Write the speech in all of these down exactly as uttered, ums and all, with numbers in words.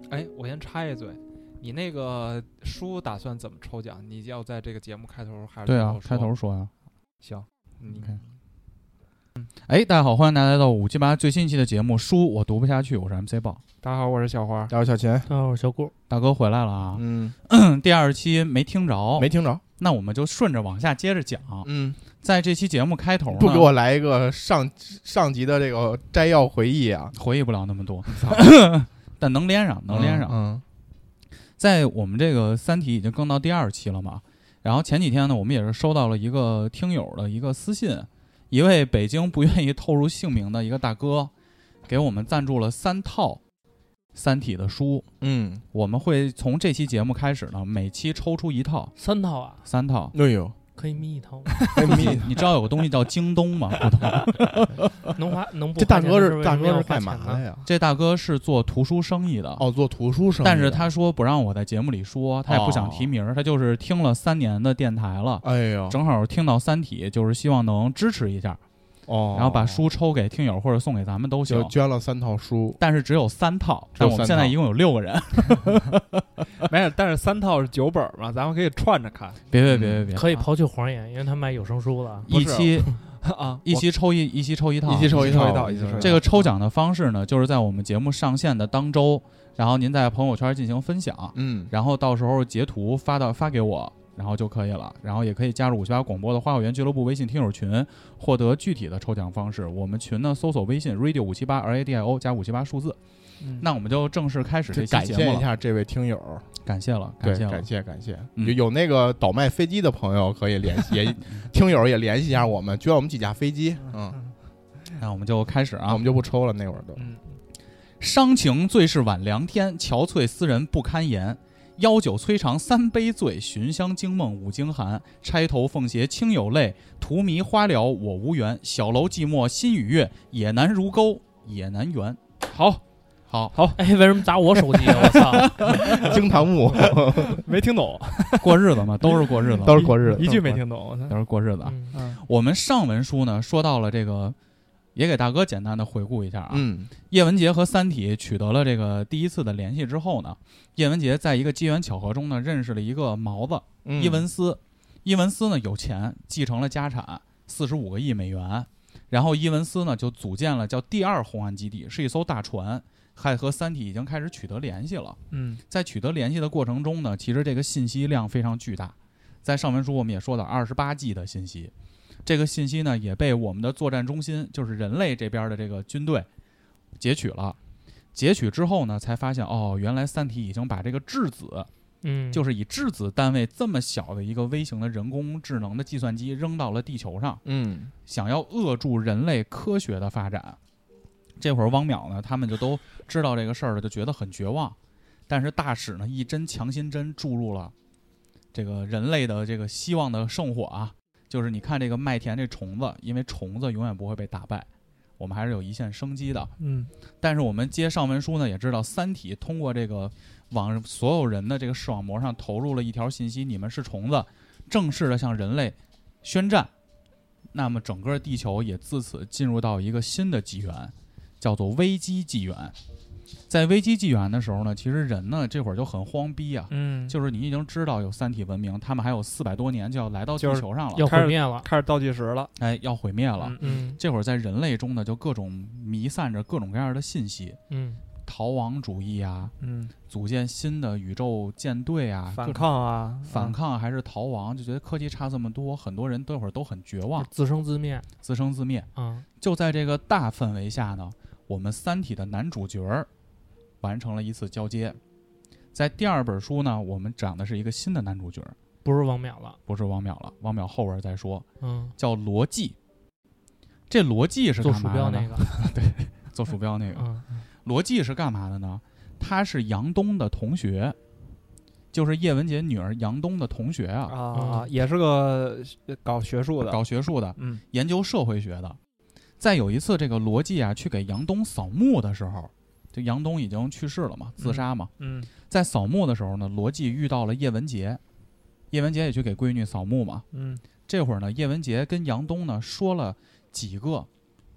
哎，我先插一嘴，你那个书打算怎么抽奖？你要在这个节目开头还是对啊，开头说呀、啊。 行，你看。哎，大家好，欢迎大家来到五七八最新一期的节目。书我读不下去，我是 M C 豹。 大家好，我是小花。 大家好，小钱。 大家好，我是小顾。 大哥回来了啊。 嗯， 第二期没听着， 没听着， 那我们就顺着往下接着讲。 嗯， 在这期节目开头呢， 不给我来一个上上集的这个摘要回忆啊， 回忆不了那么多，但能连上，能连上。 嗯，嗯在我们这个《三体》已经更到第二期了嘛，然后前几天呢，我们也是收到了一个听友的一个私信，一位北京不愿意透露姓名的一个大哥，给我们赞助了三套《三体》的书。 嗯， 我们会从这期节目开始呢，每期抽出一套， 三套啊， 三套。 哎呦， 可以眯一套吗？ 你你知道有个东西叫京东吗？ 能花能不？ 这大哥是大哥是干嘛的呀？ 这大哥是做图书生意的。 哦，做图书生意。 但是他说不让我在节目里说，他也不想提名，哦、他就是听了三年的电台了， 哎呦， 正好听到《三体》，就是希望能支持一下。 哦， 然后把书抽给听友或者送给咱们都行， 就捐了三套书， 但是只有三套，但我们现在一共有六个人， 没事，但是三套是九本嘛，咱们可以串着看。 别别别别别， 可以抛去黄眼，因为他卖有声书了。 一期啊， 一期抽一一期抽一套， 一期抽一套， 一期抽一套。 这个抽奖的方式呢，就是在我们节目上线的当周，然后您在朋友圈进行分享， 嗯， 然后到时候截图发到发给我。然后就可以了，然后也可以加入五七八广播的花火园俱乐部微信听友群，获得具体的抽奖方式。我们群呢，搜索微信 radio 五七八 R A D I O 加五七八数字。嗯、那我们就正式开始这期节目了。 感谢一下这位听友， 感谢了，感谢了， 感谢感谢。 嗯、 有有那个倒卖飞机的朋友可以联系，也听友也联系一下我们，捐我们几架飞机。嗯， 那我们就开始啊， 我们就不抽了，那会儿都。 嗯， 伤情最是晚凉天，憔悴思人不堪言。邀酒摧肠三杯醉，寻香惊梦五更寒。钗头凤斜清有泪，荼蘼花了我无缘。小楼寂寞心与月，也难如钩也难圆。好，好，好。 哎，为什么砸我手机啊？我操！ 惊堂木， 没听懂。 过日子嘛，都是过日子， 都是过日子， 一句没听懂， 都是过日子。 嗯， 我们上文书呢，说到了这个。也给大哥简单的回顾一下啊， 嗯， 叶文洁和三体取得了这个第一次的联系之后呢，叶文洁在一个机缘巧合中呢，认识了一个毛子、 嗯、 伊文斯，伊文斯呢有钱，继承了家产四十五个亿美元，然后伊文斯呢就组建了叫第二红岸基地，是一艘大船，还和三体已经开始取得联系了。 嗯， 在取得联系的过程中呢，其实这个信息量非常巨大，在上文书我们也说到二十八 G 的信息。这个信息呢，也被我们的作战中心，就是人类这边的这个军队截取了。截取之后呢，才发现哦，原来三体已经把这个质子， 嗯， 就是以质子单位这么小的一个微型的人工智能的计算机扔到了地球上， 嗯， 想要扼住人类科学的发展。这会儿汪淼呢，他们就都知道这个事儿了，就觉得很绝望。但是大使呢，一针强心针注入了这个人类的这个希望的圣火啊。就是你看这个麦田这虫子，因为虫子永远不会被打败，我们还是有一线生机的。 嗯， 但是我们接上文书呢，也知道三体通过这个往所有人的这个视网膜上投入了一条信息：你们是虫子，正式的向人类宣战。那么整个地球也自此进入到一个新的纪元，叫做危机纪元。在危机纪元的时候呢，其实人呢这会儿就很慌逼啊， 嗯， 就是你已经知道有三体文明，他们还有四百多年就要来到地球上了， 要毁灭了， 开始倒计时了， 哎，要毁灭了。 嗯，嗯这会儿在人类中呢，就各种弥散着各种各样的信息， 嗯， 逃亡主义啊， 嗯， 组建新的宇宙舰队啊， 反抗啊， 反抗还是逃亡，就觉得科技差这么多，很多人这会儿都很绝望， 自生自灭， 自生自灭。 嗯， 就在这个大氛围下呢，我们三体的男主角完成了一次交接。在第二本书呢，我们讲的是一个新的男主角， 不是汪淼了， 不是汪淼了，汪淼后边再说。 嗯， 叫罗辑。这罗辑是干嘛的呢？ 做鼠标那个， 对，做鼠标那个。 嗯， 罗辑是干嘛的呢？他是杨东的同学，就是叶文洁女儿杨东的同学啊。 啊，也是个搞学术的， 搞学术的， 嗯， 研究社会学的。在有一次这个罗辑啊去给杨东扫墓的时候，这杨东已经去世了嘛，自杀嘛。 嗯， 在扫墓的时候呢，罗辑遇到了叶文洁，叶文洁也去给闺女扫墓嘛。 嗯， 这会儿呢，叶文洁跟杨东呢说了几个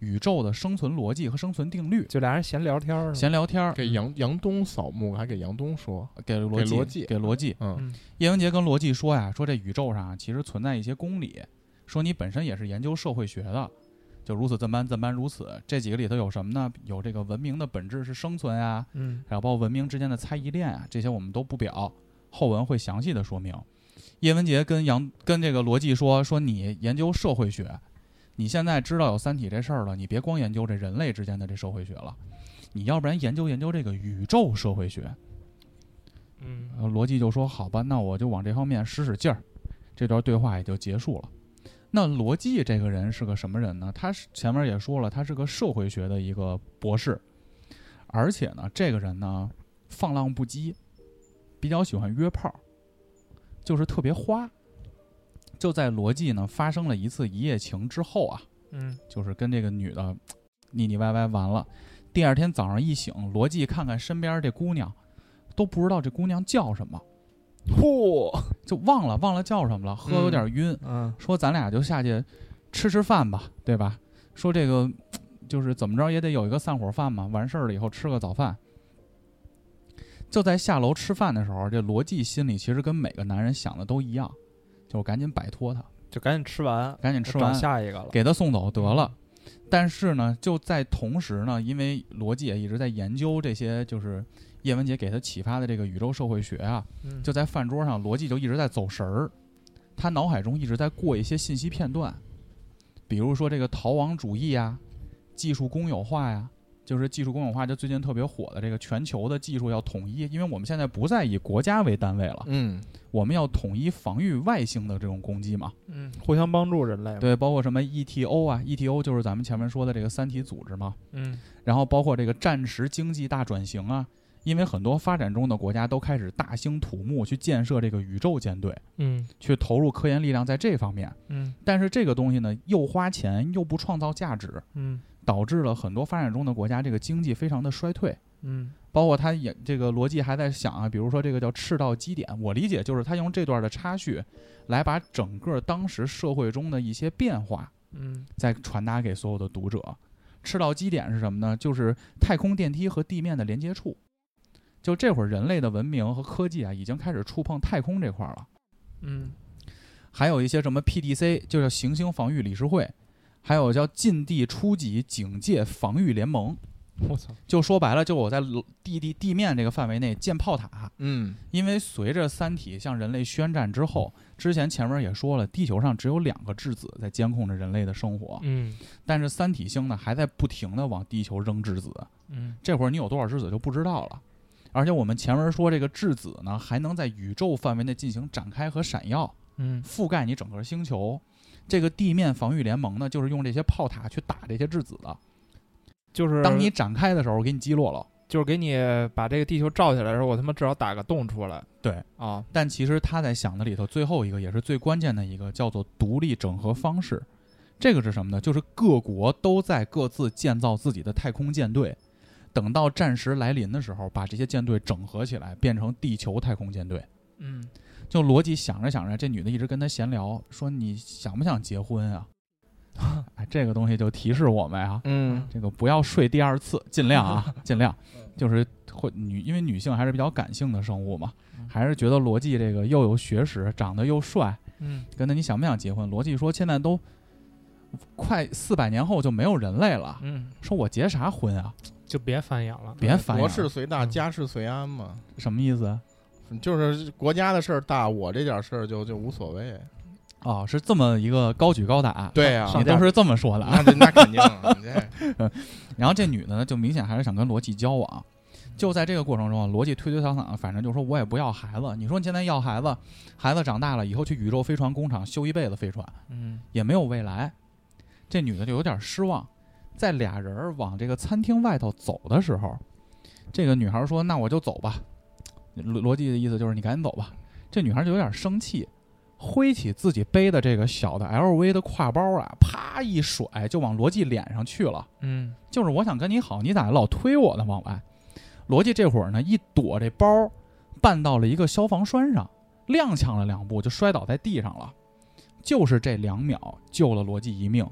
宇宙的生存逻辑和生存定律， 就俩人闲聊天儿， 闲聊天儿， 给杨杨东扫墓，还给杨东说， 给罗辑， 给罗辑给罗辑。 嗯嗯叶文洁跟罗辑说呀，说这宇宙上啊其实存在一些公理，说你本身也是研究社会学的，就如此这般，这般如此。这几个里头有什么呢？有这个文明的本质是生存啊， 嗯还有包括文明之间的猜疑链啊，这些我们都不表，后文会详细的说明。叶文洁跟杨跟这个罗辑说，说你研究社会学，你现在知道有三体这事儿了，你别光研究这人类之间的这社会学了，你要不然研究研究这个宇宙社会学。 嗯呃，罗辑就说好吧，那我就往这方面使使劲儿。这段对话也就结束了。那罗辑这个人是个什么人呢？他是前面也说了，他是个社会学的一个博士，而且呢，这个人呢放浪不羁，比较喜欢约炮，就是特别花。就在罗辑呢发生了一次一夜情之后啊， 嗯就是跟这个女的腻腻歪歪完了。第二天早上一醒，罗辑看看身边这姑娘，都不知道这姑娘叫什么， 嚯， 就忘了忘了叫什么了，喝有点晕。 嗯说咱俩就下去吃吃饭吧，对吧？说这个就是怎么着也得有一个散伙饭嘛，完事儿了以后吃个早饭。就在下楼吃饭的时候，这罗辑心里其实跟每个男人想的都一样，就赶紧摆脱他， 就赶紧吃完， 赶紧吃完找下一个了， 给他送走得了。但是呢，就在同时呢，因为罗辑也一直在研究这些，就是叶文洁给他启发的这个宇宙社会学啊， 嗯就在饭桌上，罗辑就一直在走神儿，他脑海中一直在过一些信息片段，比如说这个逃亡主义啊，技术公有化呀，就是技术公有化，就最近特别火的这个全球的技术要统一，因为我们现在不再以国家为单位了， 嗯我们要统一防御外星的这种攻击嘛。 嗯，互相帮助人类嘛， 对，包括什么 E T O 啊 ，E T O 就是咱们前面说的这个三体组织嘛。 嗯然后包括这个战时经济大转型啊，因为很多发展中的国家都开始大兴土木去建设这个宇宙舰队， 嗯去投入科研力量在这方面。 嗯但是这个东西呢，又花钱又不创造价值， 嗯导致了很多发展中的国家这个经济非常的衰退。 嗯包括他也这个逻辑还在想啊，比如说这个叫赤道基点，我理解就是他用这段的插叙来把整个当时社会中的一些变化嗯再传达给所有的读者。赤道基点是什么呢？就是太空电梯和地面的连接处。就这会儿人类的文明和科技啊，已经开始触碰太空这块了。 嗯还有一些什么 P D C， 就叫行星防御理事会，还有叫近地初级警戒防御联盟。 我操， 就说白了，就我在地地地面这个范围内建炮塔。 嗯因为随着三体向人类宣战之后，之前前面也说了，地球上只有两个质子在监控着人类的生活， 嗯但是三体星呢还在不停的往地球扔质子。 嗯这会儿你有多少质子就不知道了。而且我们前面说这个质子呢，还能在宇宙范围内进行展开和闪耀， 嗯覆盖你整个星球。这个地面防御联盟呢，就是用这些炮塔去打这些质子的。 就是当你展开的时候，我给你击落了。 就是给你把这个地球罩起来的时候，我他妈至少打个洞出来。 对啊， 但其实他在想的里头，最后一个也是最关键的一个，叫做独立整合方式。这个是什么呢？就是各国都在各自建造自己的太空舰队，等到战时来临的时候，把这些舰队整合起来，变成地球太空舰队。 嗯就逻辑想着想着，这女的一直跟他闲聊，说你想不想结婚啊？哎，这个东西就提示我们啊， 嗯这个不要睡第二次，尽量啊，尽量，就是会女，因为女性还是比较感性的生物嘛，还是觉得逻辑这个又有学识，长得又帅， 嗯跟他你想不想结婚？逻辑说现在都快四百年后就没有人类了， 嗯， 说我结啥婚啊？ 就别繁衍了。 别烦国呀， 事随大，家事随安嘛。 什么意思？ 就是国家的事儿大，我这点事儿就就无所谓。 哦，是这么一个高举高打， 对呀、 你都是这么说的啊。 那那肯定。你这然后这女的呢，就明显还是想跟罗辑交往。就在这个过程中啊，罗辑推推搡搡，反正就说我也不要孩子。你说你现在要孩子，孩子长大了以后去宇宙飞船工厂修一辈子飞船， 嗯也没有未来。这女的就有点失望。在俩人往这个餐厅外头走的时候，这个女孩说：“那我就走吧。”罗罗辑的意思就是你赶紧走吧。这女孩就有点生气，挥起自己背的这个小的 L V 的挎包啊，啪一甩就往罗辑脸上去了。 嗯就是我想跟你好，你咋老推我呢？往外，罗辑这会儿呢一躲这包，绊到了一个消防栓上，踉跄了两步就摔倒在地上了。就是这两秒救了罗辑一命，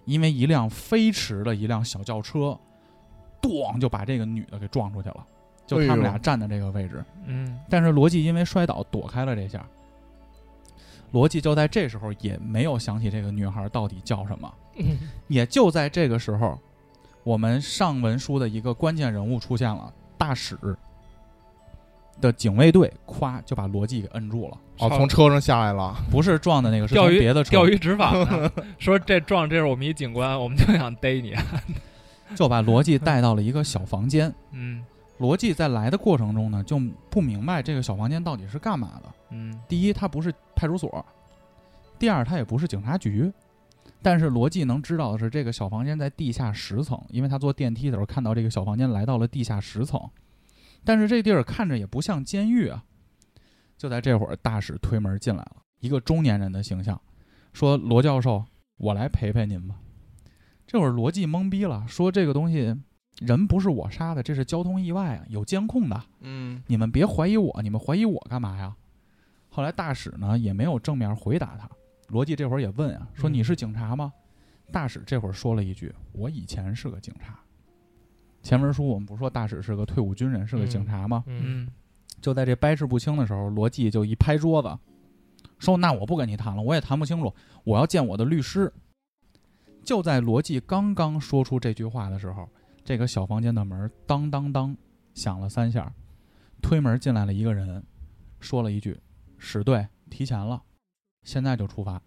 因为一辆飞驰的一辆小轿车，咣就把这个女的给撞出去了，就他们俩站的这个位置。 嗯， 但是罗辑因为摔倒躲开了这下，罗辑就在这时候也没有想起这个女孩到底叫什么。也就在这个时候，我们上文书的一个关键人物出现了，大使的警卫队咵就把罗辑给摁住了。 哦，从车上下来了， 不是撞的那个，是钓鱼从别的车钓鱼执法呢，说这撞这是我们一警官，我们就想逮你。 就把罗辑带到了一个小房间。 嗯， 罗辑在来的过程中呢，就不明白这个小房间到底是干嘛的。 嗯， 第一，它不是派出所；第二，它也不是警察局。但是罗辑能知道的是，这个小房间在地下十层，因为他坐电梯的时候看到这个小房间来到了地下十层。但是这地儿看着也不像监狱啊。就在这会儿，大使推门进来了，一个中年人的形象，说：“罗教授，我来陪陪您吧。”这会儿罗辑懵逼了，说：“这个东西人不是我杀的，这是交通意外啊，有监控的。 嗯， 你们别怀疑我，你们怀疑我干嘛呀？”后来大使呢也没有正面回答他。罗辑这会儿也问啊，说：“你是警察吗？”嗯、大使这会儿说了一句：“我以前是个警察。”前文书我们不是说大使是个退伍军人，是个警察吗？ 嗯， 就在这掰扯不清的时候，罗辑就一拍桌子，说：“那我不跟你谈了，我也谈不清楚，我要见我的律师。”就在罗辑刚刚说出这句话的时候，这个小房间的门当当当响了三下，推门进来了一个人，说了一句：“使队提前了，现在就出发。”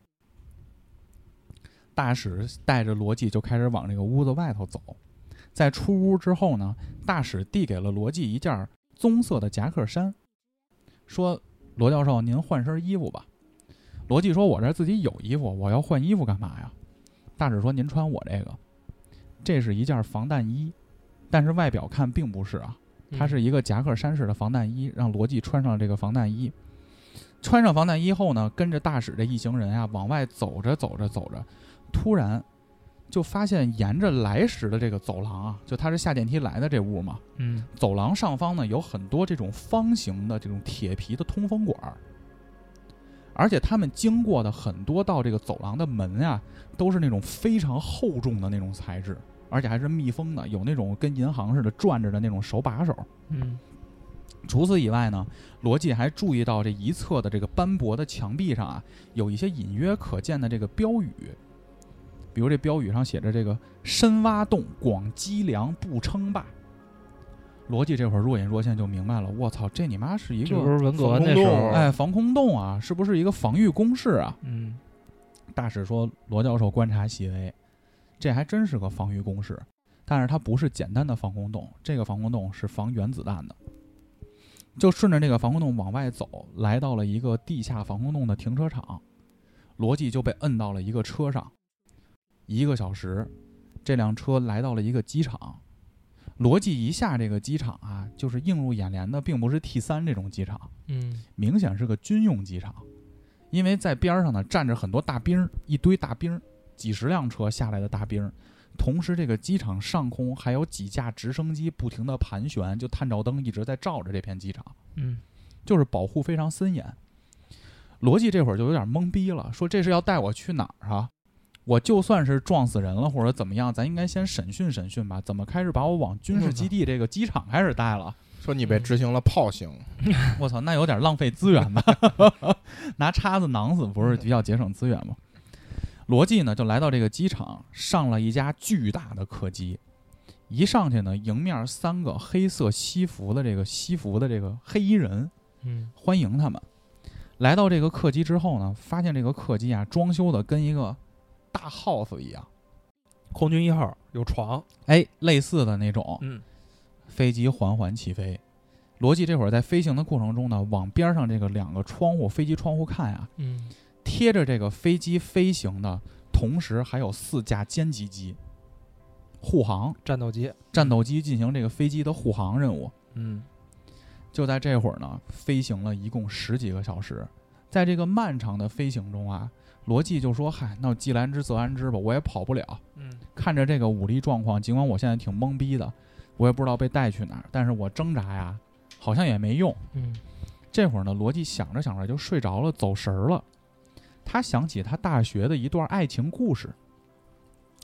大使带着罗辑就开始往这个屋子外头走。在出屋之后呢，大使递给了罗辑一件棕色的夹克衫，说：“罗教授，您换身衣服吧。”罗辑说：“我这自己有衣服，我要换衣服干嘛呀？”大使说：“您穿我这个，这是一件防弹衣，但是外表看并不是啊，它是一个夹克衫式的防弹衣。”让罗辑穿上这个防弹衣。穿上防弹衣后呢，跟着大使这一行人啊往外走着走着走着，突然就发现沿着来时的这个走廊啊，就他是下电梯来的这屋嘛， 嗯， 走廊上方呢有很多这种方形的这种铁皮的通风管，而且他们经过的很多道这个走廊的门啊，都是那种非常厚重的那种材质，而且还是密封的，有那种跟银行似的转着的那种手把手。 嗯， 除此以外呢，罗辑还注意到这一侧的这个斑驳的墙壁上啊，有一些隐约可见的这个标语。比如这标语上写着这个深挖洞广积粮不称霸。罗辑这会儿若隐若现就明白了，我操，这你妈是一个这不是文革那时候， 哎，防空洞啊，是不是一个防御工事啊？ 嗯， 大使说，罗教授观察细微，这还真是个防御工事，但是它不是简单的防空洞，这个防空洞是防原子弹的。就顺着这个防空洞往外走，来到了一个地下防空洞的停车场，罗辑就被摁到了一个车上。一个小时，这辆车来到了一个机场。罗辑一下这个机场啊，就是映入眼帘的并不是 T 三 这种机场， 嗯， 明显是个军用机场，因为在边上呢站着很多大兵，一堆大兵，几十辆车下来的大兵，同时这个机场上空还有几架直升机不停地盘旋，就探照灯一直在照着这片机场， 嗯， 就是保护非常森严。罗辑这会儿就有点懵逼了，说这是要带我去哪儿啊？我就算是撞死人了或者怎么样，咱应该先审讯审讯吧，怎么开始把我往军事基地这个机场开始带了？ 说你被执行了炮刑， 我操，那有点浪费资源吧？拿叉子囊死不是比较节省资源吗？罗辑呢就来到这个机场，上了一架巨大的客机，一上去呢，迎面三个黑色西服的这个西服的这个黑衣人， 嗯， 欢迎他们。来到这个客机之后呢，发现这个客机啊装修的跟一个大 house 一样， 空军一号有床， 哎，类似的那种。 嗯， 飞机缓缓起飞，罗辑这会儿在飞行的过程中呢，往边上这个两个窗户，飞机窗户看啊， 嗯， 贴着这个飞机飞行的同时，还有四架歼击机护航， 战斗机， 战斗机进行这个飞机的护航任务。 嗯， 就在这会儿呢，飞行了一共十几个小时，在这个漫长的飞行中啊。罗辑就说：“嗨，那既来之则安之吧，我也跑不了。 嗯， 看着这个武力状况，尽管我现在挺懵逼的，我也不知道被带去哪儿，但是我挣扎呀，好像也没用。 嗯， 这会儿呢，罗辑想着想着就睡着了，走神儿了。他想起他大学的一段爱情故事。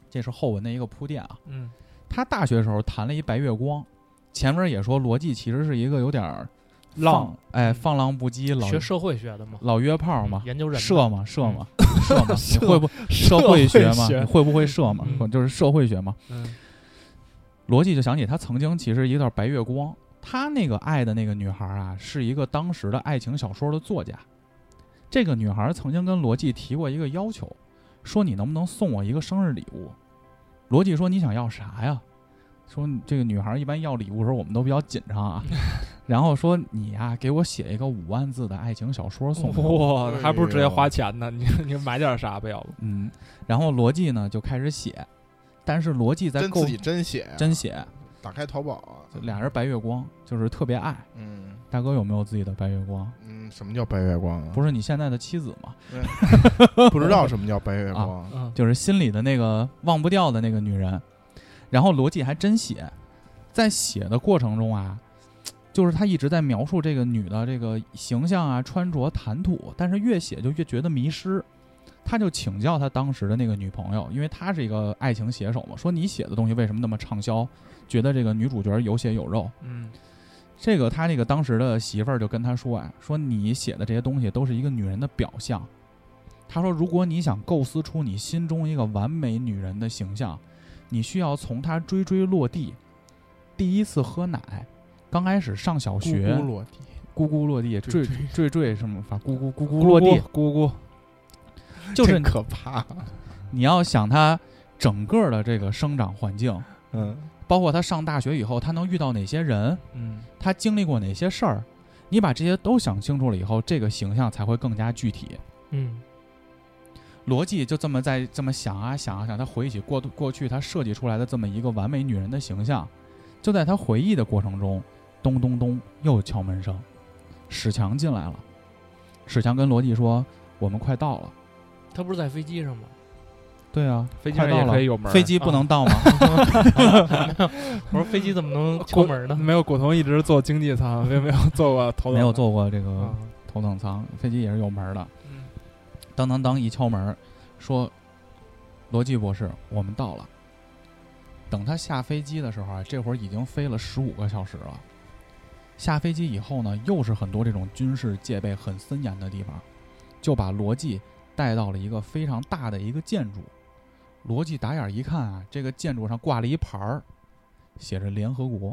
这是后文的一个铺垫啊。 嗯， 他大学时候谈了一白月光，前面也说罗辑其实是一个有点儿浪， 哎，放浪不羁，老学社会学的嘛， 老约炮嘛， 嗯研究人的社嘛，社嘛，社嘛，你会不社会学嘛？ 学你会不会社嘛？ 嗯就是社会学嘛。 嗯罗辑就想起他曾经其实一段白月光，他那个爱的那个女孩啊，是一个当时的爱情小说的作家。这个女孩曾经跟罗辑提过一个要求，说你能不能送我一个生日礼物？罗辑说你想要啥呀？说这个女孩一般要礼物的时候我们都比较紧张啊，然后说你呀、给我写一个五万字的爱情小说送我。 哇，还不如直接花钱呢，你你买点啥吧，要不？ 嗯，然后罗辑呢就开始写，但是罗辑在构真自己真写呀， 真写， 打开淘宝啊， 就俩人白月光，就是特别爱。 嗯大哥有没有自己的白月光？ 嗯，什么叫白月光啊？ 不是你现在的妻子吗？ 不知道什么叫白月光， 嗯， 就是心里的那个忘不掉的那个女人。然后罗辑还真写，在写的过程中啊，就是他一直在描述这个女的这个形象啊、穿着、谈吐，但是越写就越觉得迷失。他就请教他当时的那个女朋友，因为他是一个爱情写手嘛，说你写的东西为什么那么畅销？觉得这个女主角有血有肉。 嗯， 这个他那个当时的媳妇儿就跟他说啊，说你写的这些东西都是一个女人的表象。他说，如果你想构思出你心中一个完美女人的形象，你需要从她追追落地，第一次喝奶，刚开始上小学， 咕咕落地， 咕咕落地， 追坠坠坠什么法，咕咕咕咕咕落地， 咕咕， 就是真可怕。 你要想她整个的这个生长环境， 嗯， 包括她上大学以后，她能遇到哪些人， 嗯她经历过哪些事儿，你把这些都想清楚了以后，这个形象才会更加具体。 嗯罗辑就这么在这么想啊想啊想，他回忆起过过去他设计出来的这么一个完美女人的形象，就在他回忆的过程中，咚咚咚又敲门声，史强进来了。史强跟罗辑说：“我们快到了。 他不是在飞机上吗？” 对啊， 飞机上也快到了可以有门儿， 飞机不能到吗？ 我说飞机怎么能敲门呢？ 没有，古潼一直坐经济舱，没有没有坐过头等， 没有坐过这个啊， 头等舱，飞机也是有门的。 嗯当当当一敲门，说：“罗辑博士，我们到了。”等他下飞机的时候啊，这会儿已经飞了十五个小时了。下飞机以后呢，又是很多这种军事戒备很森严的地方，就把罗辑带到了一个非常大的一个建筑。罗辑打眼一看啊，这个建筑上挂了一牌儿，写着联合国。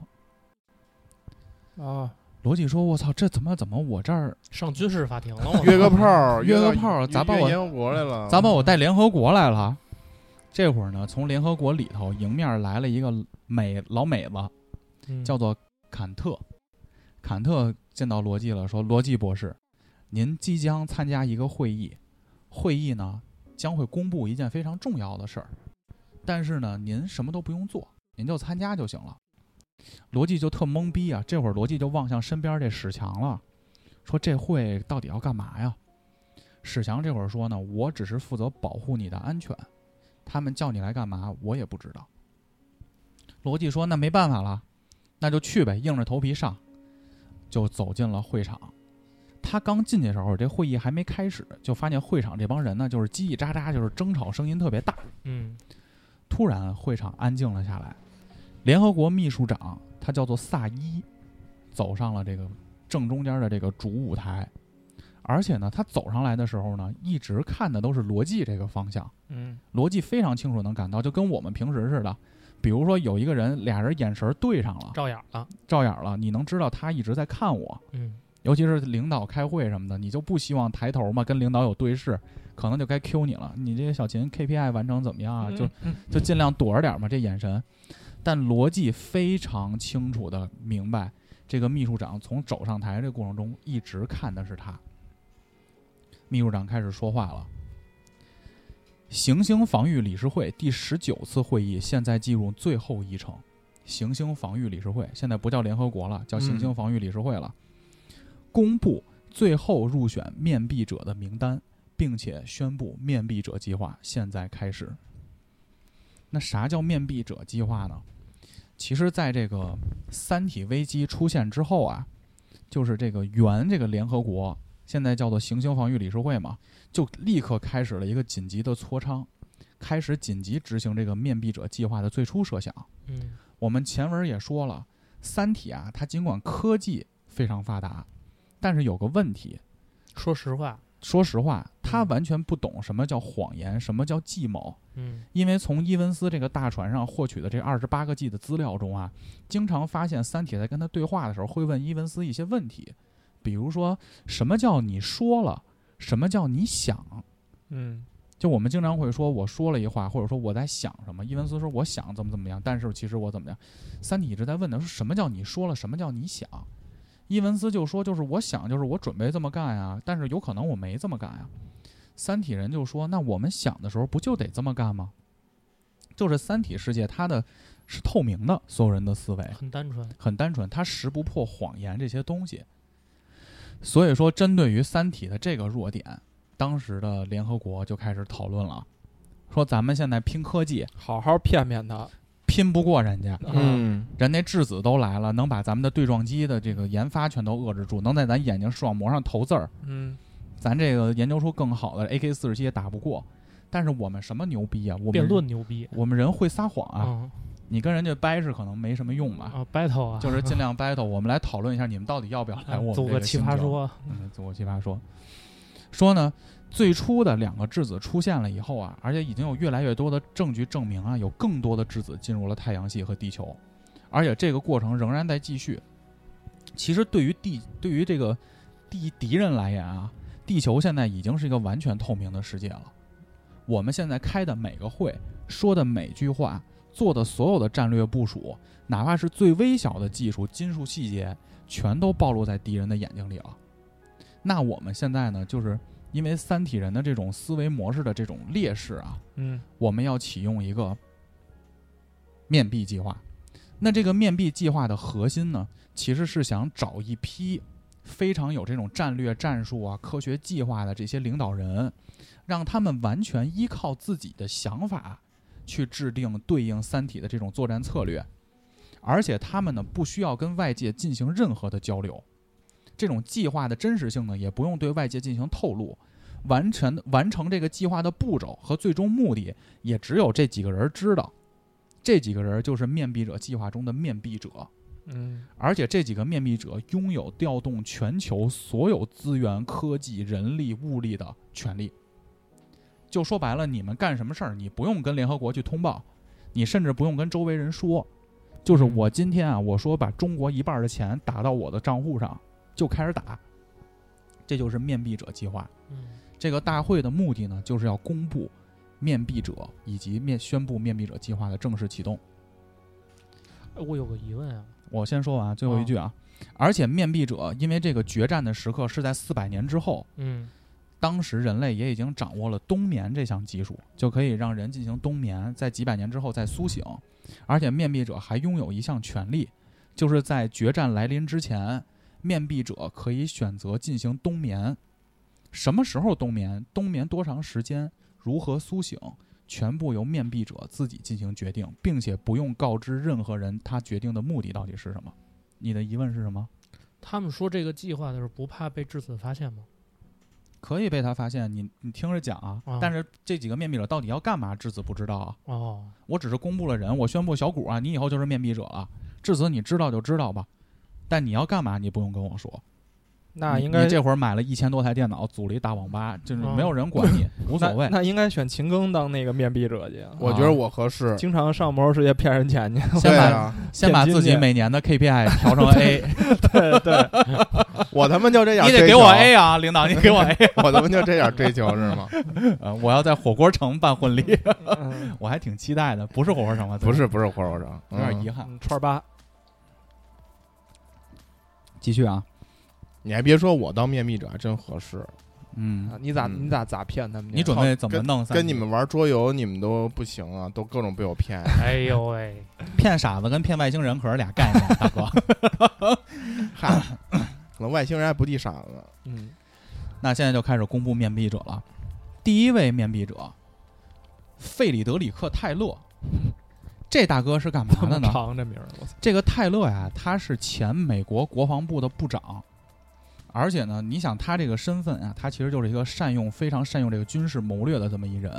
啊， 罗辑说：“我操，这怎么怎么我这儿上军事法庭了，我约个炮儿， 约个到炮儿咋把我约联合国来了？ 咋把我带联合国来了？”这会儿呢，从联合国里头迎面来了一个美老美子， 嗯叫做坎特。坎特见到罗辑了，说：“罗辑博士，您即将参加一个会议，会议呢将会公布一件非常重要的事儿，但是呢，您什么都不用做，您就参加就行了。”罗辑就特懵逼啊，这会儿罗辑就望向身边这史强了，说：“这会到底要干嘛呀？”史强这会儿说呢：“我只是负责保护你的安全，他们叫你来干嘛，我也不知道。”罗辑说：“那没办法了，那就去呗，硬着头皮上。”就走进了会场。他刚进去的时候，这会议还没开始，就发现会场这帮人呢，就是叽叽喳喳，就是争吵声音特别大。 嗯突然，会场安静了下来。联合国秘书长他叫做萨伊，走上了这个正中间的这个主舞台，而且呢，他走上来的时候呢，一直看的都是罗辑这个方向。 嗯罗辑非常清楚能感到，就跟我们平时似的，比如说有一个人俩人眼神对上了， 照眼了， 照眼了，你能知道他一直在看我。 嗯尤其是领导开会什么的，你就不希望抬头嘛，跟领导有对视，可能就该 Q 你了。你这个小秦 K P I 完成怎么样啊？就就尽量躲着点嘛，这眼神。但罗辑非常清楚的明白，这个秘书长从走上台这个过程中一直看的是他。秘书长开始说话了：“行星防御理事会第十九次会议现在进入最后议程。行星防御理事会现在不叫联合国了，叫行星防御理事会了。公布最后入选面壁者的名单，并且宣布面壁者计划现在开始。”那啥叫面壁者计划呢？其实在这个三体危机出现之后啊，就是这个原这个联合国现在叫做行星防御理事会嘛，就立刻开始了一个紧急的磋商， 开始紧急执行这个面壁者计划的最初设想。 嗯， 我们前文也说了，三体啊，它尽管科技非常发达，但是有个问题， 说实话， 说实话，他完全不懂什么叫谎言，什么叫计谋。 嗯， 因为从伊文斯这个大船上获取的这二十八个 G 的资料中啊，经常发现三体在跟他对话的时候会问伊文斯一些问题，比如说什么叫你说了，什么叫你想。 嗯， 就我们经常会说我说了一话，或者说我在想什么，伊文斯说我想怎么怎么样，但是其实我怎么样。三体一直在问的是什么叫你说了，什么叫你想。伊文斯就说就是我想就是我准备这么干呀，但是有可能我没这么干呀。三体人就说那我们想的时候不就得这么干吗？就是三体世界它的是透明的，所有人的思维很单纯， 很单纯，它识不破谎言这些东西。所以说针对于三体的这个弱点，当时的联合国就开始讨论了，说咱们现在拼科技好好骗骗他。 拼不过人家， 嗯， 人家质子都来了，能把咱们的对撞机的这个研发全都遏制住，能在咱眼睛视网膜上投字儿， 嗯， 咱这个研究出更好的 A K 四十七也打不过。但是我们什么牛逼啊？我们辩论牛逼， 我们人会撒谎啊！ 嗯你跟人家掰是可能没什么用吧？ 啊 battle 啊， 就是尽量 battle。我们来讨论一下，你们到底要不要来我们这组个奇星球？ 葩说， 嗯，组个奇葩说。说呢，最初的两个质子出现了以后啊，而且已经有越来越多的证据证明啊，有更多的质子进入了太阳系和地球，而且这个过程仍然在继续。其实对于地对于这个地敌人来言啊，地球现在已经是一个完全透明的世界了。我们现在开的每个会，说的每句话，做的所有的战略部署，哪怕是最微小的技术、金属细节，全都暴露在敌人的眼睛里了。那我们现在呢，就是因为三体人的这种思维模式的这种劣势啊， 嗯， 我们要启用一个面壁计划。那这个面壁计划的核心呢，其实是想找一批非常有这种战略战术啊、科学计划的这些领导人，让他们完全依靠自己的想法去制定对应三体的这种作战策略，而且他们呢不需要跟外界进行任何的交流，这种计划的真实性呢也不用对外界进行透露，完成完成这个计划的步骤和最终目的也只有这几个人知道，这几个人就是面壁者计划中的面壁者。 嗯， 而且这几个面壁者拥有调动全球所有资源、科技、人力、物力的权利。就说白了，你们干什么事儿，你不用跟联合国去通报，你甚至不用跟周围人说，就是我今天啊，我说把中国一半的钱打到我的账户上，就开始打，这就是面壁者计划。 嗯， 这个大会的目的呢，就是要公布面壁者以及面宣布面壁者计划的正式启动。 我有个疑问啊， 我先说完最后一句啊，哦、而且面壁者因为这个决战的时刻是在四百年之后， 嗯， 当时人类也已经掌握了冬眠这项技术，就可以让人进行冬眠，在几百年之后再苏醒。而且面壁者还拥有一项权利，就是在决战来临之前，面壁者可以选择进行冬眠。什么时候冬眠？冬眠多长时间？如何苏醒？全部由面壁者自己进行决定，并且不用告知任何人他决定的目的到底是什么。你的疑问是什么？ 他们说这个计划的是不怕被质子发现吗？ 可以被他发现，你你听着讲啊、哦。但是这几个面壁者到底要干嘛，质子不知道啊。 哦， 我只是公布了人，我宣布小谷啊，你以后就是面壁者了。质子你知道就知道吧，但你要干嘛你不用跟我说。 那应该你, 你这会儿买了一千多台电脑，组了一大网吧，就是没有人管你，哦、无所谓那。那应该选秦庚当那个面壁者去。 我觉得我合适， 经常上魔兽世界骗人钱去。 先把、 啊、 先把自己每年的 K P I 调成 A。 对对， 我他妈就这样。 你得给我 A 啊，领导，你给我 A。 我他妈就这样追求是吗？ 呃，我要在火锅城办婚礼，我还挺期待的。不是火锅城吗？ 不是，不是火锅城， 有点遗憾。 嗯、串八， 继续啊。 你还别说，我当面壁者还真合适。 嗯， 啊、你咋你咋咋骗他们？ 你准备怎么弄？ 跟, 跟你们玩桌游，你们都不行啊，都各种被我骗。 哎呦喂， 骗傻子跟骗外星人可是俩概念，大哥。 嗨，可能外星人还不地傻子。 嗯， 那现在就开始公布面壁者了。第一位面壁者，费里德里克·泰勒。这大哥是干嘛的呢？ 长这名儿， 这个泰勒呀，他是前美国国防部的部长，而且呢，你想他这个身份啊，他其实就是一个善用、非常善用这个军事谋略的这么一人。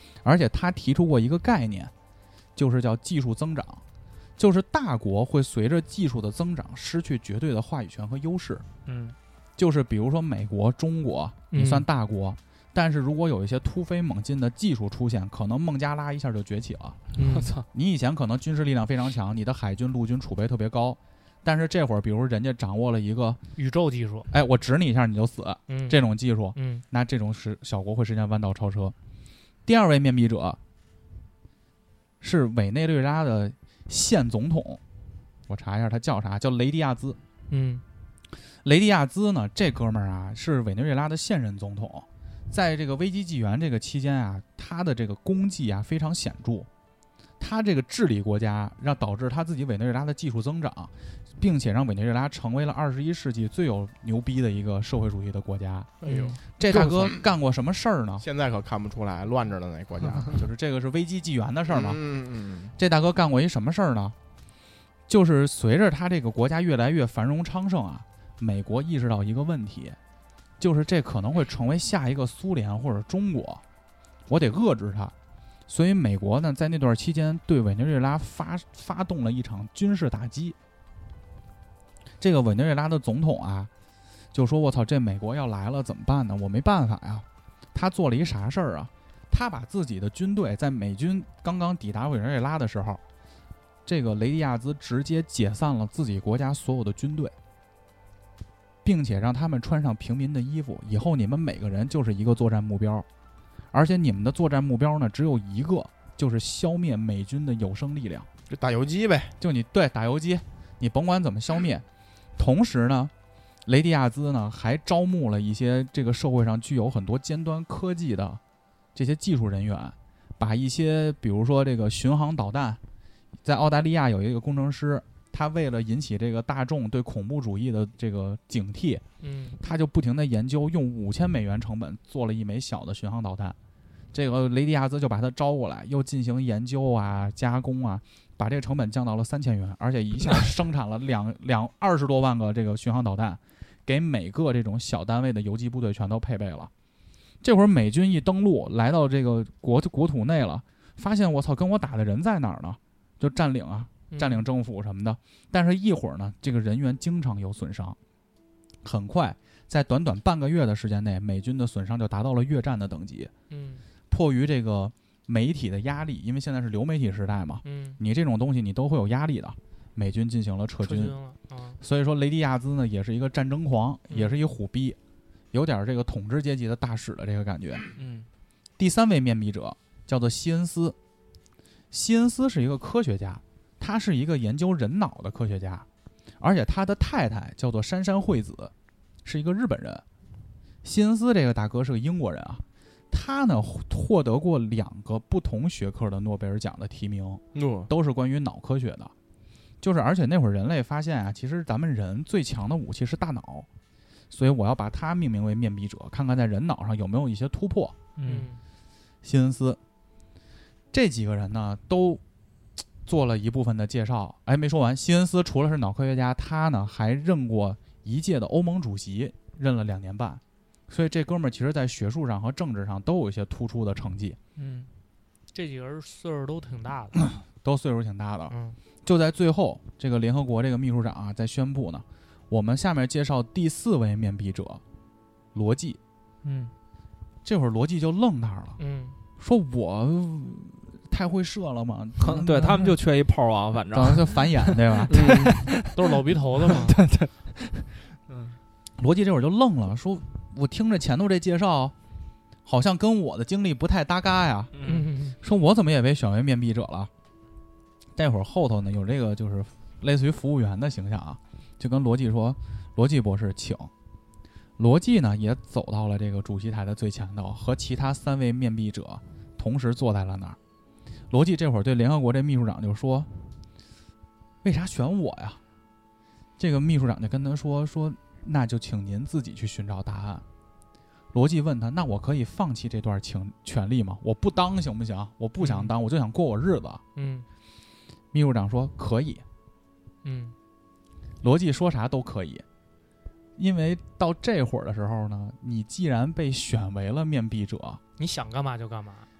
而且他提出过一个概念，就是叫技术增长，就是大国会随着技术的增长失去绝对的话语权和优势。 嗯， 就是比如说美国、中国，你算大国， 嗯、 但是如果有一些突飞猛进的技术出现，可能孟加拉一下就崛起了。 我操！ 你以前可能军事力量非常强，你的海军、陆军储备特别高，但是这会儿，比如人家掌握了一个宇宙技术， 哎，我指你一下你就死， 嗯、 这种技术， 嗯， 那这种是小国会实现弯道超车。第二位面壁者是委内瑞拉的现总统，我查一下他叫啥，叫雷迪亚兹。 嗯， 雷迪亚兹呢，这哥们儿啊是委内瑞拉的现任总统，在这个危机纪元这个期间啊，他的这个功绩啊非常显著。他这个治理国家，让导致他自己委内瑞拉的技术增长，并且让委内瑞拉成为了二十一世纪最有牛逼的一个社会主义的国家。 哎呦， 这大哥干过什么事儿呢？ 现在可看不出来，乱着的那国家， 就是这个是危机纪元的事儿嘛。 嗯嗯， 这大哥干过一什么事儿呢？就是随着他这个国家越来越繁荣昌盛啊，美国意识到一个问题，就是这可能会成为下一个苏联或者中国，我得遏制它。所以美国呢，在那段期间对委内瑞拉发发动了一场军事打击。这个委内瑞拉的总统啊，就说：“我操，这美国要来了怎么办呢？我没办法呀。”他做了一啥事儿啊？他把自己的军队在美军刚刚抵达委内瑞拉的时候，这个雷迪亚兹直接解散了自己国家所有的军队，并且让他们穿上平民的衣服，以后你们每个人就是一个作战目标。而且你们的作战目标呢，只有一个，就是消灭美军的有生力量， 就打游击呗。 就你对打游击，你甭管怎么消灭。同时呢，雷迪亚兹呢还招募了一些这个社会上具有很多尖端科技的这些技术人员，把一些比如说这个巡航导弹，在澳大利亚有一个工程师，他为了引起这个大众对恐怖主义的这个警惕， 嗯， 他就不停的研究，用五千美元成本做了一枚小的巡航导弹。这个雷迪亚兹就把他招过来，又进行研究啊、加工啊，把这个成本降到了三千元，而且一下生产了两两二十多万个这个巡航导弹，给每个这种小单位的游击部队全都配备了。这会儿美军一登陆，来到这个国国土内了，发现我操，跟我打的人在哪儿呢？就占领啊，占领政府什么的。但是一会儿呢，这个人员经常有损伤。很快，在短短半个月的时间内，美军的损伤就达到了越战的等级。 嗯。 迫于这个媒体的压力，因为现在是流媒体时代嘛， 嗯， 你这种东西你都会有压力的。美军进行了撤军， 撤军了啊、 所以说雷迪亚兹呢也是一个战争狂， 嗯、 也是一虎逼，有点这个统治阶级的大使的这个感觉。 嗯， 第三位面壁者叫做西恩斯，西恩斯是一个科学家，他是一个研究人脑的科学家，而且他的太太叫做杉山惠子，是一个日本人。西恩斯这个大哥是个英国人啊。他呢获得过两个不同学科的诺贝尔奖的提名，都是关于脑科学的。就是而且那会儿人类发现啊，其实咱们人最强的武器是大脑，所以我要把它命名为面壁者，看看在人脑上有没有一些突破。 嗯， 西恩斯这几个人呢都做了一部分的介绍。哎，没说完，西恩斯除了是脑科学家，他呢还任过一届的欧盟主席，任了两年半。所以这哥们儿其实在学术上和政治上都有一些突出的成绩。 嗯，这几个人岁数都挺大的， 都岁数挺大的。 嗯， 就在最后，这个联合国这个秘书长啊在宣布呢，我们下面介绍第四位面壁者，罗辑。 嗯， 这会儿罗辑就愣那儿了。 嗯， 说我太会射了吗？ 可能对他们就缺一炮王，反正就繁衍对吧？ 嗯、都是老鼻头的嘛。 对对。嗯，罗辑这会儿就愣了，说。我听着前头这介绍，好像跟我的经历不太搭嘎呀。 嗯， 说我怎么也被选为面壁者了？待会儿后头呢有这个就是类似于服务员的形象啊，就跟罗辑说：“罗辑博士，请。”罗辑呢也走到了这个主席台的最前头，和其他三位面壁者同时坐在了那儿。罗辑这会儿对联合国这秘书长就说：“为啥选我呀？”这个秘书长就跟他说：“说。”那就请您自己去寻找答案。罗辑问他：“那我可以放弃这段情权利吗？我不当行不行？我不想当，嗯、我就想过我日子。” 嗯， 秘书长说：“可以。” 嗯， 罗辑说啥都可以，因为到这会儿的时候呢，你既然被选为了面壁者， 你想干嘛就干嘛，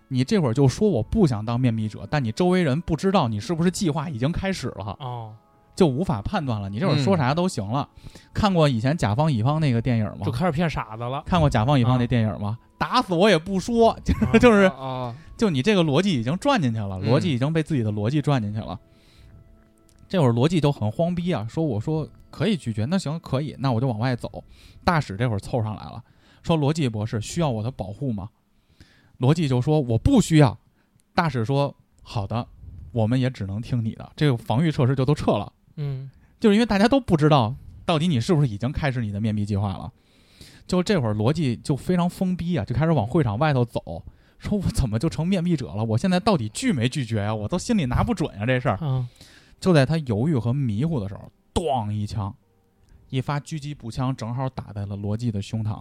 你这会儿就说我不想当面壁者，但你周围人不知道你是不是计划已经开始了， 哦， 就无法判断了。你这会儿说啥都行了。嗯、看过以前甲方乙方那个电影吗？ 就开始骗傻子了。 看过甲方乙方那电影吗？啊、打死我也不说，就是就是、 啊， 就你这个逻辑已经转进去了，逻辑已经被自己的逻辑转进去了。嗯、这会儿逻辑就很慌逼啊，说我说可以拒绝，那行可以，那我就往外走。大使这会儿凑上来了，说逻辑博士需要我的保护吗？逻辑就说我不需要。大使说好的，我们也只能听你的，这个防御措施就都撤了。 嗯， 就是因为大家都不知道到底你是不是已经开始你的面壁计划了。就这会儿逻辑就非常疯逼啊，就开始往会场外头走，说我怎么就成面壁者了？我现在到底拒没拒绝啊？我都心里拿不准啊这事儿。 嗯， 就在他犹豫和迷糊的时候，咣一枪，一发狙击步枪正好打在了罗辑的胸膛。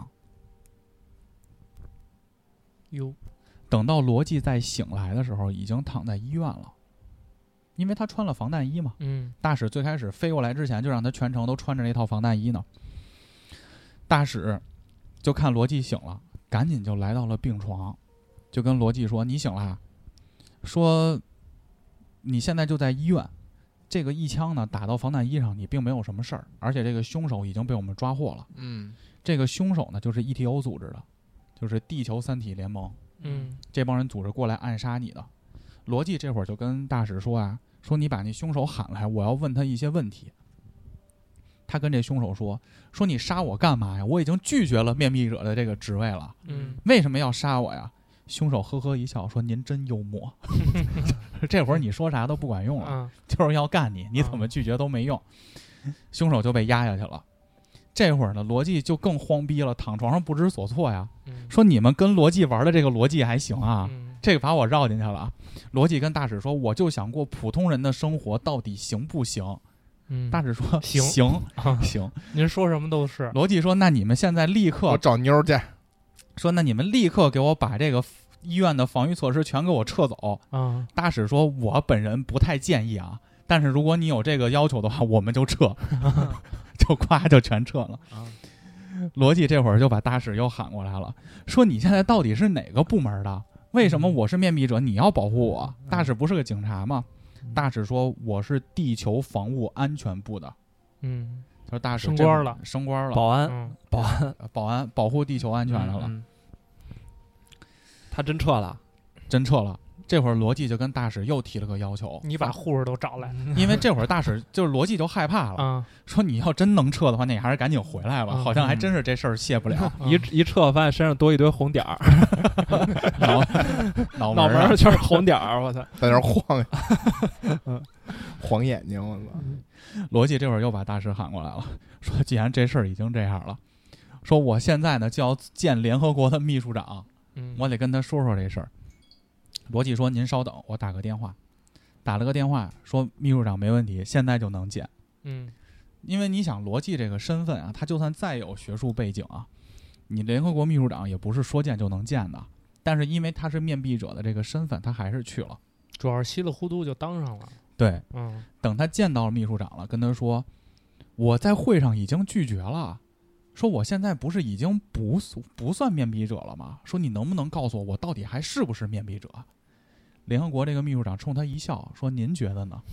哟， 等到罗辑再醒来的时候，已经躺在医院了，因为他穿了防弹衣嘛。 嗯， 大使最开始飞过来之前，就让他全程都穿着那套防弹衣呢。大使就看罗辑醒了，赶紧就来到了病床，就跟罗辑说：“你醒了？说你现在就在医院。这个一枪呢打到防弹衣上，你并没有什么事儿，而且这个凶手已经被我们抓获了。 嗯，这个凶手呢就是 E T O 组织的，就是地球三体联盟。 嗯， 这帮人组织过来暗杀你的。”罗辑这会儿就跟大使说啊，说你把那凶手喊来，我要问他一些问题。他跟这凶手说，说你杀我干嘛呀？我已经拒绝了面壁者的这个职位了， 嗯， 为什么要杀我呀？凶手呵呵一笑说，您真幽默。这会儿你说啥都不管用了， 嗯、 就是要干你，你怎么拒绝都没用。嗯、凶手就被压下去了。这会儿呢，罗辑就更慌逼了，躺床上不知所措呀， 嗯、 说你们跟罗辑玩的这个逻辑还行啊， 嗯、 这个把我绕进去了。罗辑跟大使说，我就想过普通人的生活，到底行不行？ 嗯、 大使说行行、 啊、 行， 您说什么都是。 罗辑说，那你们现在立刻我找妞去。 说那你们立刻给我把这个医院的防御措施全给我撤走。 啊、 大使说，我本人不太建议啊，但是如果你有这个要求的话，我们就撤。就夸就全撤了。 啊， 罗辑这会儿就把大使又喊过来了，说你现在到底是哪个部门的？为什么我是面壁者，你要保护我？大使不是个警察吗？大使说我是地球防务安全部的。 嗯， 他说大使升官了， 升官了， 保安， 嗯、 保安， 保安保护地球安全的了。 嗯嗯、他真撤了， 真撤了。这会儿罗辑就跟大使又提了个要求， 你把护士都找来， 因为这会儿大使就是罗辑就害怕了， 啊、 说你要真能撤的话，那你还是赶紧回来吧， 啊、 好像还真是这事儿卸不了。 一一撤发现身上多一堆红点儿， 脑脑脑门上全是红点儿，我操， 在那晃，晃眼睛，我操！ 罗辑这会儿又把大使喊过来了，说既然这事儿已经这样了，说我现在呢就要见联合国的秘书长， 嗯、 我得跟他说说这事儿。罗辑说：“您稍等，我打个电话。”打了个电话，说秘书长没问题，现在就能见。 嗯， 因为你想，罗辑这个身份啊，他就算再有学术背景啊，你联合国秘书长也不是说见就能见的。但是因为他是面壁者的这个身份，他还是去了。 主要是稀里糊涂就当上了。 对， 嗯， 等他见到了秘书长了，跟他说：“我在会上已经拒绝了。”说我现在不是已经不不算面壁者了吗？说你能不能告诉我，我到底还是不是面壁者？联合国这个秘书长冲他一笑，说：“您觉得呢？”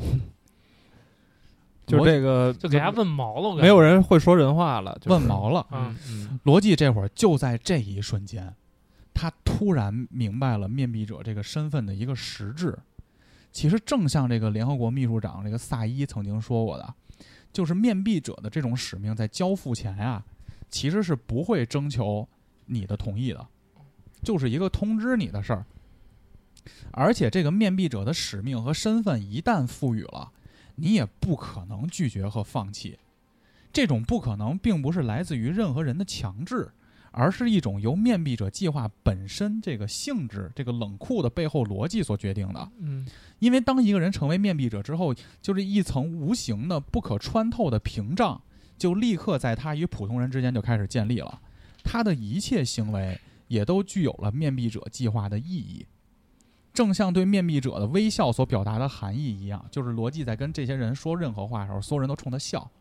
就这个， 就给他问毛了， 没有人会说人话了，就是、 问毛了。 嗯嗯， 罗辑这会儿就在这一瞬间，他突然明白了面壁者这个身份的一个实质。其实正像这个联合国秘书长这个萨伊曾经说过的，就是面壁者的这种使命在交付前呀、啊，其实是不会征求你的同意的，就是一个通知你的事儿。而且这个面壁者的使命和身份一旦赋予了，你也不可能拒绝和放弃。这种不可能并不是来自于任何人的强制，而是一种由面壁者计划本身这个性质、这个冷酷的背后逻辑所决定的。 嗯， 因为当一个人成为面壁者之后，就是一层无形的、不可穿透的屏障，就立刻在他与普通人之间就开始建立了。他的一切行为也都具有了面壁者计划的意义。正像对面壁者的微笑所表达的含义一样，就是罗辑在跟这些人说任何话的时候，所有人都冲他笑，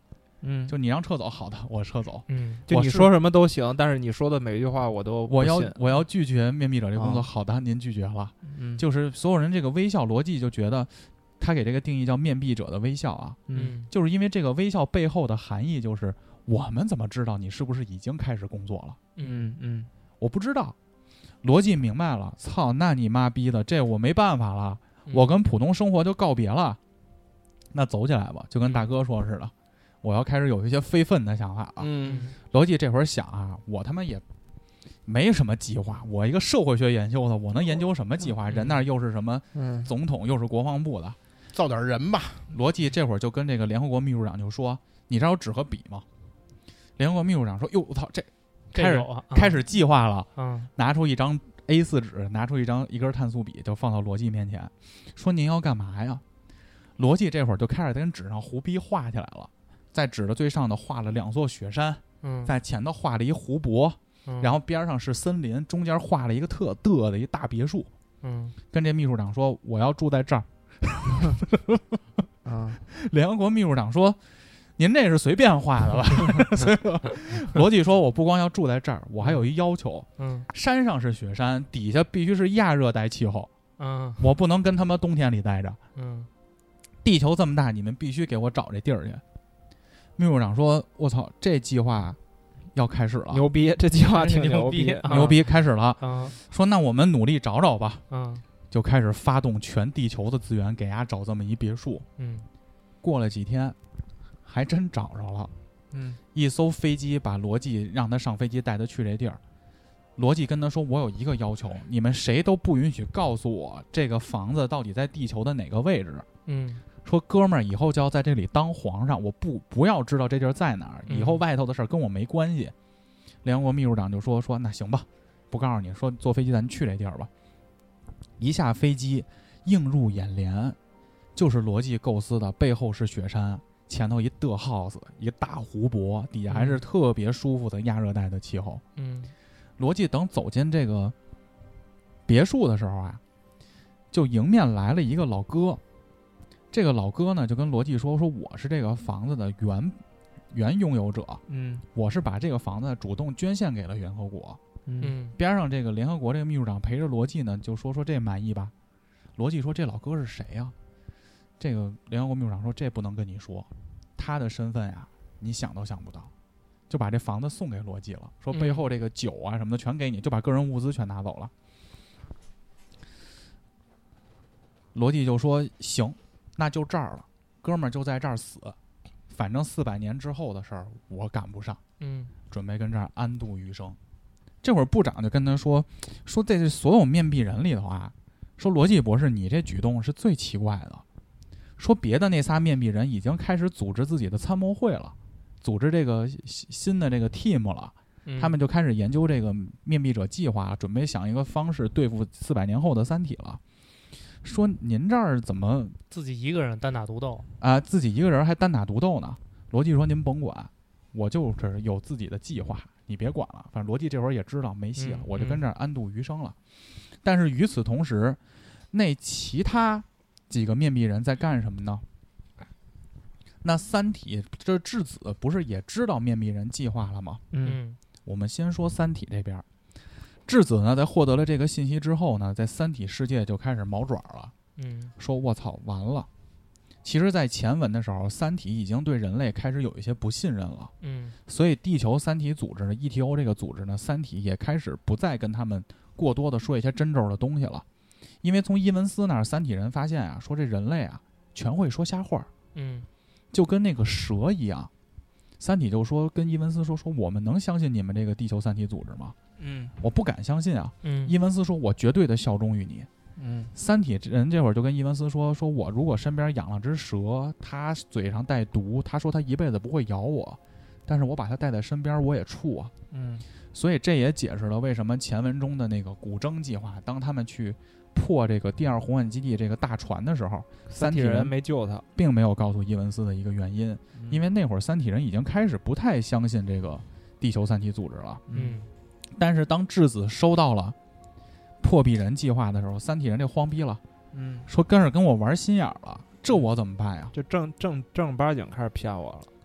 嗯， 就你让撤走，好的，我撤走。 嗯， 就我是你说什么都行，但是你说的每一句话我都不我要信我要拒绝面壁者这个工作， 啊好的，您拒绝了。 嗯就是所有人这个微笑逻辑就觉得，他给这个定义叫面壁者的微笑啊， 嗯就是因为这个微笑背后的含义就是我们怎么知道你是不是已经开始工作了？ 嗯嗯我不知道。逻辑明白了，操，那你妈逼的，这我没办法了， 嗯我跟普通生活就告别了。那走起来吧，就跟大哥说似的，我要开始有一些非分的想法了。 嗯逻辑这会儿想啊，我他妈也没什么计划，我一个社会学研究的，我能研究什么计划？ 嗯人那儿又是什么嗯总统，又是国防部的。 造点人吧。 逻辑这会儿就跟这个联合国秘书长就说：“你这儿有纸和笔吗？”联合国秘书长说：“哟，我操，这开始这有啊， 开始计划了。” 嗯拿出一张 A 四 纸，拿出一张一根碳素笔，就放到罗辑面前，说：“您要干嘛呀？”罗辑这会儿就开始跟纸上胡逼画起来了，在纸的最上头画了两座雪山， 嗯， 在前头画了一湖泊， 嗯然后边上是森林，中间画了一个特嘚的一大别墅， 嗯跟这秘书长说：“我要住在这儿。 啊” 联合国秘书长说：“您这是随便画的吧？”所以说，罗辑说：“我不光要住在这儿，我还有一要求， 嗯山上是雪山，底下必须是亚热带气候， 嗯我不能跟他们冬天里待着。 嗯地球这么大，你们必须给我找这地儿去。”秘书长说：“我操，这计划要开始了， 牛逼，这计划挺牛逼逼啊牛逼，开始了。 啊说那我们努力找找吧。” 嗯就开始发动全地球的资源给伢找这么一别墅。 嗯过了几天，还真找着了。 嗯一艘飞机把罗辑让他上飞机带他去这地儿。罗辑跟他说：“我有一个要求，你们谁都不允许告诉我这个房子到底在地球的哪个位置。 嗯说哥们儿以后就要在这里当皇上，我不不要知道这地儿在哪儿，以后外头的事儿跟我没关系。”联合国秘书长就说：“说那行吧，不告诉你，说坐飞机咱去这地儿吧。”一下飞机，映入眼帘，就是罗辑构思的，背后是雪山，前头一的 house， 一个大湖泊，底下还是特别舒服的亚热带的气候。 嗯罗辑等走进这个别墅的时候啊，就迎面来了一个老哥。这个老哥呢，就跟罗辑说：“说我是这个房子的原原拥有者， 嗯我是把这个房子主动捐献给了联合国。” 嗯嗯边上这个联合国这个秘书长陪着罗辑呢，就说：“说这满意吧？”罗辑说：“这老哥是谁呀？”这个联合国秘书长说：“这不能跟你说，他的身份呀，你想都想不到。”就把这房子送给罗辑了，说背后这个酒啊什么的全给你，就把个人物资全拿走了。罗辑就说：“行，那就这儿了，哥们儿就在这儿死，反正四百年之后的事儿我赶不上， 嗯准备跟这儿安度余生。”这会儿部长就跟他说：“说在这所有面壁人里头啊，说罗辑博士你这举动是最奇怪的。说别的那仨面壁人已经开始组织自己的参谋会了，组织这个新的这个 team 了， 嗯， 他们就开始研究这个面壁者计划，准备想一个方式对付四百年后的三体了。说您这儿怎么自己一个人单打独斗。 啊、自己一个人还单打独斗呢？”罗辑说：“您甭管，我就是有自己的计划，你别管了。反正罗辑这会儿也知道没戏了， 嗯我就跟这儿安度余生了。但是与此同时，那其他几个面壁人在干什么呢？那三体这质子不是也知道面壁人计划了吗？ 嗯嗯我们先说三体这边，质子呢在获得了这个信息之后呢，在三体世界就开始毛爪了， 嗯说我操完了。其实在前文的时候，三体已经对人类开始有一些不信任了， 嗯所以地球三体组织的 E T O 这个组织呢，三体也开始不再跟他们过多的说一些真咒的东西了。因为从伊文斯那儿，三体人发现啊，说这人类啊全会说瞎话， 嗯就跟那个蛇一样。三体就说跟伊文斯说说我们能相信你们这个地球三体组织吗？ 嗯我不敢相信啊。 嗯伊文斯说我绝对的效忠于你。 嗯三体人这会儿就跟伊文斯说说我如果身边养了只蛇，它嘴上带毒，他说他一辈子不会咬我，但是我把它带在身边我也怵啊。 嗯所以这也解释了为什么前文中的那个古筝计划，当他们去破这个第二红岸基地这个大船的时候，三体人体人没救他， 并没有告诉伊文斯的一个原因，因为那会儿三体人已经开始不太相信这个地球三体组织了。 嗯但是当质子收到了破壁人计划的时候，三体人这慌逼了， 嗯， 说跟着跟我玩心眼儿了，这我怎么办呀？ 就正正正儿八经开始骗我了。 对，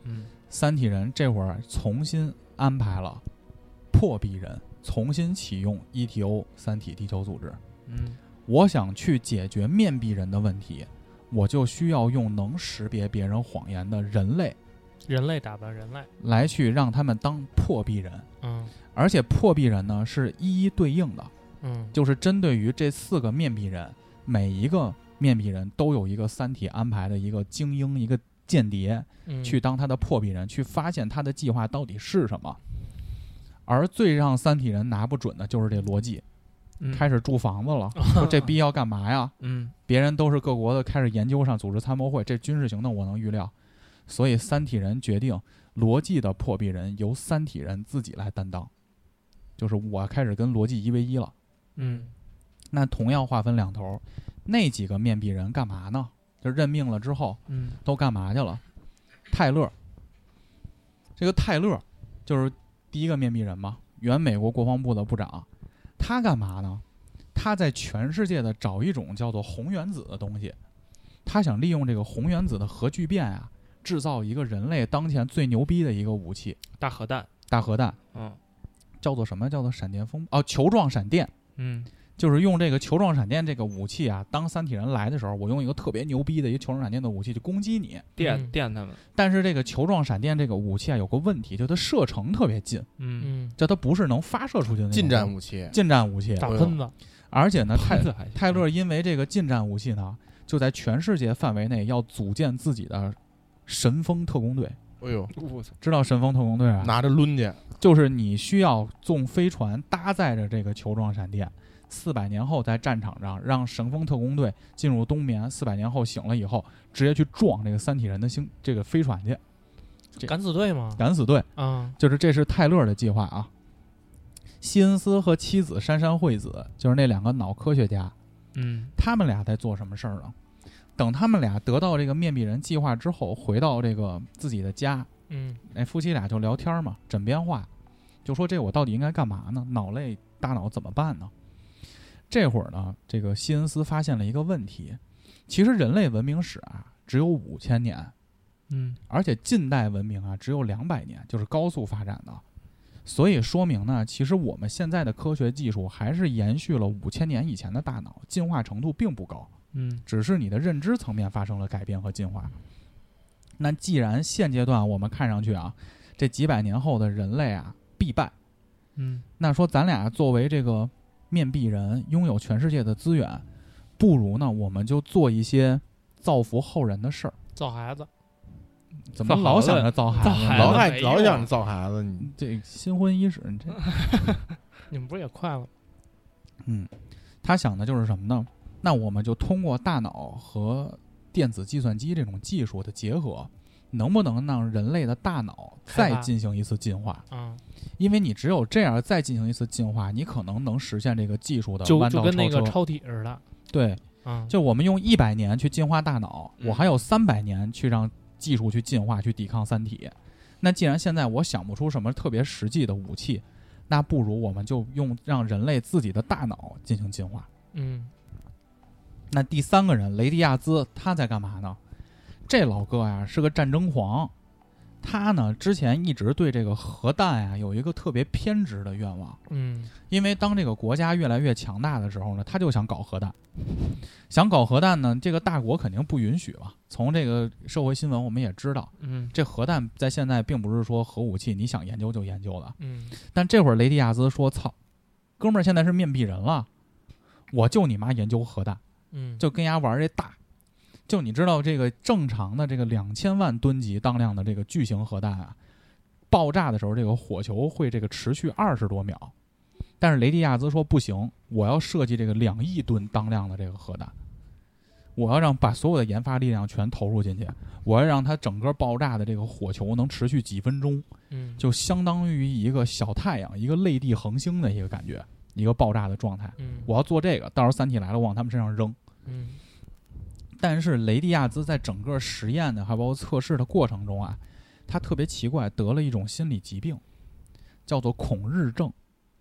嗯三体人这会儿重新安排了破壁人重新启用 E T O 三体地球组织。 嗯， 我想去解决面壁人的问题，我就需要用能识别别人谎言的人类， 人类打扮人类， 来去让他们当破壁人。 嗯而且破壁人呢是一一对应的， 嗯， 就是针对于这四个面壁人，每一个面壁人都有一个三体安排的一个精英，一个间谍， 嗯去当他的破壁人，去发现他的计划到底是什么。而最让三体人拿不准的就是这逻辑， 嗯开始住房子了，说这逼要干嘛呀？ 嗯别人都是各国的，开始研究上组织参谋会，这军事行动我能预料，所以三体人决定逻辑的破壁人由三体人自己来担当，就是我开始跟逻辑一 v 一了。 嗯那同样划分两头，那几个面壁人干嘛呢？就任命了之后嗯都干嘛去了？泰勒，这个泰勒就是第一个面壁人嘛，原美国国防部的部长，他干嘛呢？他在全世界的找一种叫做红原子的东西，他想利用这个红原子的核聚变啊，制造一个人类当前最牛逼的一个武器大核弹， ——大核弹， 嗯叫做什么？叫做闪电风哦，球状闪电。 嗯就是用这个球状闪电这个武器啊，当三体人来的时候，我用一个特别牛逼的一个球状闪电的武器去攻击你。 电嗯电他们， 但是这个球状闪电这个武器啊，有个问题，就它射程特别近， 嗯， 嗯， 就它不是能发射出去的那种近战武器， 近战武器。 大喷子， 而且呢，泰喷子还行泰勒因为这个近战武器呢，就在全世界范围内要组建自己的神风特工队。 哎呦， 我操， 知道神风特工队啊？ 拿着抡去， 就是你需要纵飞船搭载着这个球状闪电，四百年后在战场上让神风特工队进入冬眠，四百年后醒了以后，直接去撞这个三体人的星这个飞船去，这敢死队吗？ 敢死队。 啊， 就是这是泰勒的计划啊。希恩斯和妻子珊珊惠子，就是那两个脑科学家， 嗯他们俩在做什么事儿呢？等他们俩得到这个面壁人计划之后，回到这个自己的家， 嗯哎，夫妻俩就聊天嘛，枕边话，就说这我到底应该干嘛呢？脑类大脑怎么办呢？这会儿呢，这个希恩斯发现了一个问题，其实人类文明史啊只有五千年， 嗯而且近代文明啊只有两百年，就是高速发展的，所以说明呢，其实我们现在的科学技术还是延续了五千年以前的大脑，进化程度并不高， 嗯只是你的认知层面发生了改变和进化。那既然现阶段我们看上去啊，这几百年后的人类啊必败， 嗯那说咱俩作为这个面壁人，拥有全世界的资源，不如呢我们就做一些造福后人的事儿。 造孩子， 怎么老想着造孩子呢？ 造孩子老爱没用老想造孩子，你这新婚伊始，你这你们不是也快了吗？ 嗯，他想的就是什么呢？那我们就通过大脑和电子计算机这种技术的结合，能不能让人类的大脑再进行一次进化？ 啊， 因为你只有这样再进行一次进化，你可能能实现这个技术的就弯道超车。 就跟那个超体似的， 对， 啊， 就我们用一百年去进化大脑， 嗯我还有三百年去让技术去进化，去抵抗三体。那既然现在我想不出什么特别实际的武器，那不如我们就用让人类自己的大脑进行进化。 嗯那第三个人雷迪亚兹他在干嘛呢？这老哥呀是个战争狂，他呢之前一直对这个核弹呀有一个特别偏执的愿望， 嗯因为当这个国家越来越强大的时候呢，他就想搞核弹。想搞核弹呢，这个大国肯定不允许嘛。从这个社会新闻我们也知道， 嗯这核弹在现在并不是说核武器你想研究就研究的。 嗯但这会儿雷迪亚兹说：“操，哥们儿现在是面壁人了，我就你妈研究核弹。” 嗯， 就跟人家玩这大，就你知道这个正常的这个两千万吨级当量的这个巨型核弹啊，爆炸的时候这个火球会这个持续二十多秒，但是雷迪亚兹说不行，我要设计这个两亿吨当量的这个核弹，我要让把所有的研发力量全投入进去，我要让它整个爆炸的这个火球能持续几分钟， 嗯就相当于一个小太阳，一个类地恒星的一个感觉，一个爆炸的状态。 嗯我要做这个，到时候三体来了，我往他们身上扔。 嗯但是雷迪亚兹在整个实验的还包括测试的过程中啊，他特别奇怪，得了一种心理疾病，叫做恐日症。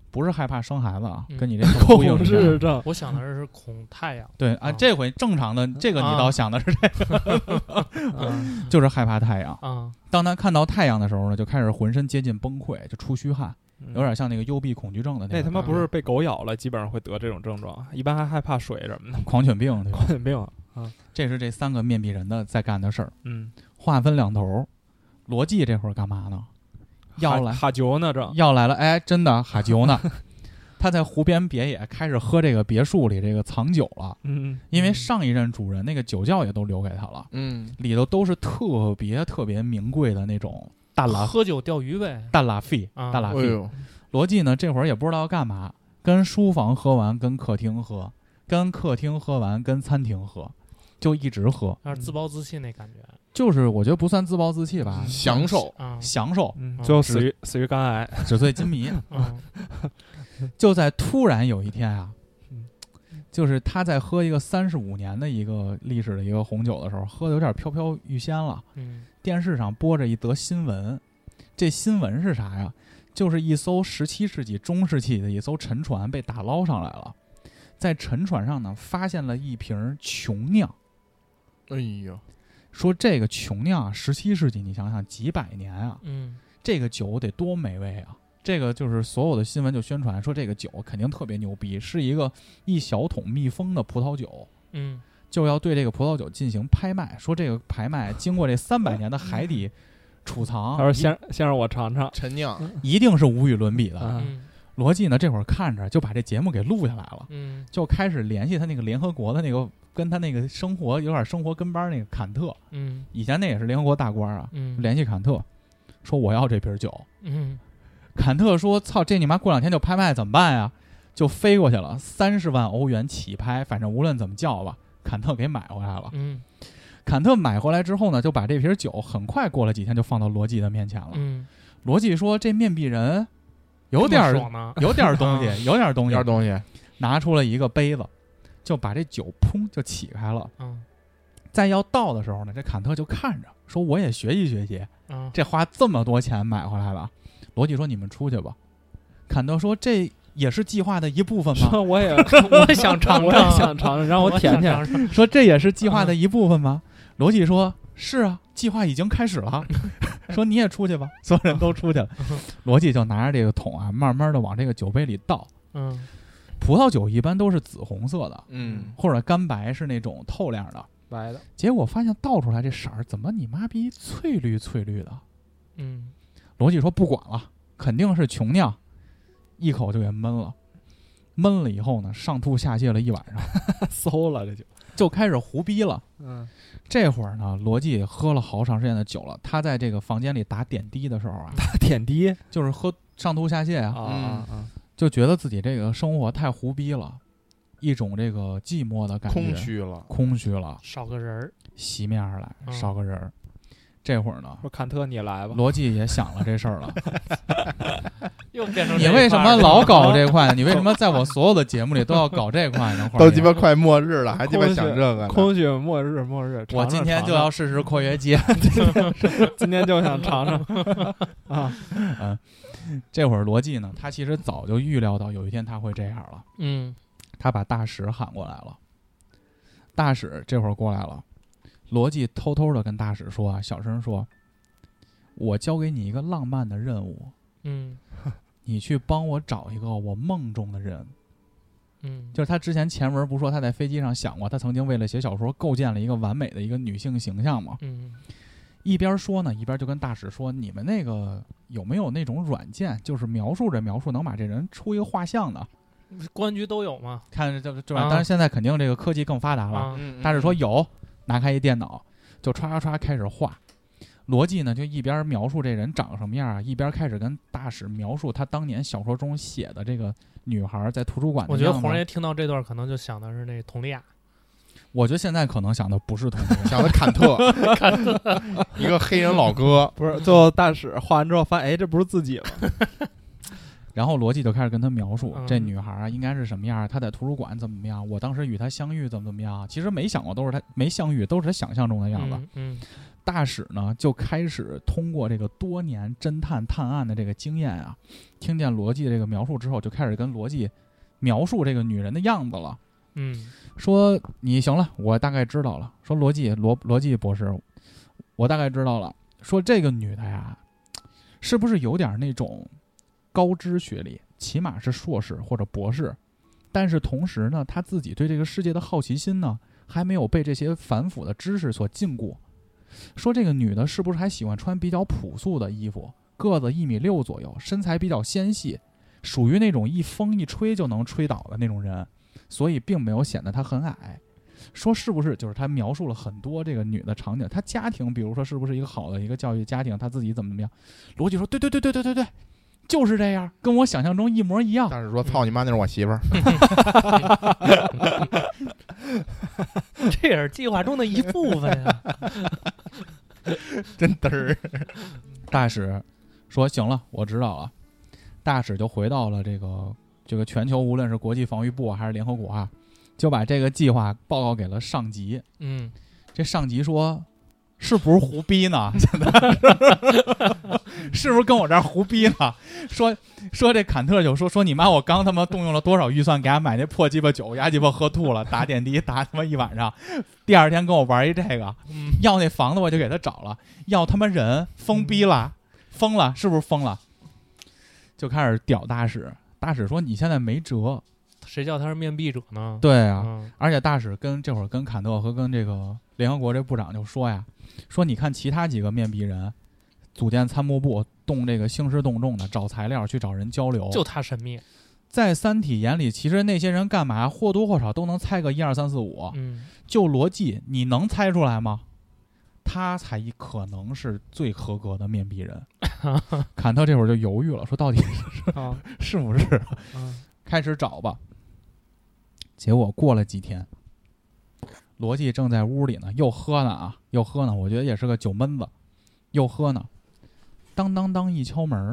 不是害怕生孩子啊， 嗯跟你这个呼应恐一下视症， 我想的是恐太阳。 对啊， 啊这回正常的这个你倒想的是这个， 嗯就是害怕太阳。 啊， 当他看到太阳的时候呢，就开始浑身接近崩溃，就出虚汗，有点像那个幽闭恐惧症的个那他妈不是被狗咬了，基本上会得这种症状，一般还害怕水什么的， 狂犬病，对吧？ 狂犬病啊。 这是这三个面壁人的在干的事儿， 嗯， 划分两头。罗辑这会儿干嘛呢？要来哈酒呢，这要来了，哎，真的哈酒呢。他在湖边别野开始喝这个别墅里这个藏酒了， 嗯， 因为上一任主人那个酒窖也都留给他了， 嗯， 里头都是特别特别名贵的那种大拉喝酒钓鱼呗。 大拉费啊大拉费。 哎呦， 罗辑呢这会儿也不知道干嘛，跟书房喝完跟客厅喝，跟客厅喝完跟餐厅喝，就一直喝， 有点自暴自弃那感觉。 就是我觉得不算自暴自弃吧， 享受， 啊， 享受嗯， 嗯最后死于死于肝癌。 纸醉金迷。 嗯就在突然有一天啊嗯， 就是他在喝一个三十五年的一个历史的一个红酒的时候，喝的有点飘飘欲仙了。 嗯电视上播着一则新闻，这新闻是啥呀？就是一艘十七世纪中世纪的一艘沉船被打捞上来了，在沉船上呢发现了一瓶琼酿。 哎呦， 说这个琼酿啊，十七世纪你想想几百年啊， 嗯这个酒得多美味啊！这个就是所有的新闻就宣传说这个酒肯定特别牛逼，是一个一小桶密封的葡萄酒， 嗯就要对这个葡萄酒进行拍卖。说这个拍卖经过这三百年的海底储藏， 他说先先让我尝尝。 陈酿， 一定是无与伦比的。 啊嗯罗辑呢这会儿看着就把这节目给录下来了， 嗯就开始联系他那个联合国的那个跟他那个生活有点生活跟班那个坎特， 嗯以前那也是联合国大官啊， 嗯联系坎特说我要这瓶酒。 嗯坎特说操，这你妈过两天就拍卖怎么办呀？就飞过去了，三十万欧元起拍，反正无论怎么叫吧，坎特给买回来了。 嗯坎特买回来之后呢，就把这瓶酒很快过了几天就放到罗辑的面前了。 嗯， 罗辑说这面壁人有点儿这么爽呢。 有点儿东西，有点儿东西点，东西， 拿出了一个杯子，就把这酒砰就起开了。 嗯在要倒的时候呢，这坎特就看着说我也学习学习， 嗯这花这么多钱买回来了。罗辑说你们出去吧。坎特说这也是计划的一部分吗？ 说我也我想尝我也尝， 想尝尝，让我舔舔。 想尝尝。 说这也是计划的一部分吗？罗辑说是啊，计划已经开始了。说你也出去吧，所有人都出去了。罗辑就拿着这个桶啊，慢慢的往这个酒杯里倒。 嗯葡萄酒一般都是紫红色的， 嗯， 或者干白是那种透亮的。 白的， 结果发现倒出来这色儿怎么你妈逼翠绿翠绿的？ 嗯罗辑说不管了，肯定是琼酿，一口就给闷了。闷了以后呢，上吐下泻了一晚上， 馊了这就。 就开始胡逼了。 嗯这会儿呢，罗辑喝了好长时间的酒了。他在这个房间里打点滴的时候啊， 点滴就是喝上吐下泻啊， 啊啊啊！ 就觉得自己这个生活太胡逼了，一种这个寂寞的感觉， 空虚了， 空虚了， 少个人儿。 袭面而来， 嗯少个人儿。这会儿呢， 说坎特你来吧。 罗辑也想了这事儿了。 又变成你这为什么块儿了老搞这块呢？你为什么在我所有的节目里都要搞这块呢？ 都鸡巴快末日了，还鸡巴想这个呢？ 空虚末日末日， 我今天就要试试括约肌。 今天就想尝尝啊！ 嗯，这会儿罗辑呢，他其实早就预料到有一天他会这样了。 嗯他把大使喊过来了，大使这会儿过来了，罗辑偷偷的跟大使说啊，小声说：“我交给你一个浪漫的任务， 嗯你去帮我找一个我梦中的人。” 嗯， 就是他之前前文不是说他在飞机上想过，他曾经为了写小说构建了一个完美的一个女性形象吗？ 嗯一边说呢，一边就跟大使说：“你们那个有没有那种软件，就是描述着描述能把这人出一个画像的？ 公安局都有嘛。 看这这这， 啊当然现在肯定这个科技更发达了。 啊嗯大使说有，拿开一电脑就唰唰唰开始画。罗辑呢就一边描述这人长什么样啊，一边开始跟大使描述他当年小说中写的这个女孩在图书馆的我觉得样子红爷听到这段可能就想的是那佟丽娅。 我觉得现在可能想的不是同一个想的坎特，一个黑人老哥， 不是，最后大使画完之后发现，哎，这不是自己吗？ 然后罗辑就开始跟他描述、 嗯、 这女孩啊应该是什么样，她在图书馆怎么怎么样，我当时与她相遇怎么怎么样。其实没想过都是她没相遇，都是她想象中的样子。 嗯，嗯大使呢就开始通过这个多年侦探探案的这个经验啊，听见罗辑的这个描述之后，就开始跟罗辑描述这个女人的样子了。 嗯， 说你行了，我大概知道了。说罗辑罗罗辑博士，我大概知道了。说这个女的呀，是不是有点那种高知学历，起码是硕士或者博士，但是同时呢，她自己对这个世界的好奇心呢，还没有被这些繁复的知识所禁锢。说这个女的是不是还喜欢穿比较朴素的衣服，个子一米六左右，身材比较纤细，属于那种一风一吹就能吹倒的那种人，所以并没有显得她很矮。说是不是就是他描述了很多这个女的场景，她家庭比如说是不是一个好的一个教育家庭，她自己怎么怎么样。罗辑说对对对对对对对，就是这样，跟我想象中一模一样。 但是说操你妈，那是我媳妇儿。 这也是计划中的一部分呀。 真嘚儿。 大使说行了，我知道了。大使就回到了这个这个全球，无论是国际防御部还是联合国啊，就把这个计划报告给了上级。 嗯， 这上级说是不是胡逼呢？是不是跟我这儿胡逼呢？说说这坎特就说说你妈，我刚他妈动用了多少预算给他买那破鸡巴酒，牙鸡巴喝吐了，打点滴打他妈一晚上，第二天跟我玩一这个， 嗯、 要那房子我就给他找了，要他妈人疯逼了，疯了，是不是疯了？就开始屌大使。大使说你现在没辙。 谁叫他是面壁者呢？ 对啊、 嗯， 而且大使跟这会儿跟坎特和跟这个联合国这部长就说呀，说你看其他几个面壁人组建参谋部，动这个兴师动众的找材料去找人交流， 就他神秘。 在三体眼里，其实那些人干嘛或多或少都能猜个一二三四五。 嗯， 就逻辑，你能猜出来吗？他才可能是最合格的面壁人。坎特这会儿就犹豫了，说到底是、 啊、 是不是？ 啊、 开始找吧。结果过了几天，罗辑正在屋里呢，又喝呢啊，又喝呢，我觉得也是个酒闷子，又喝呢。当当当一敲门，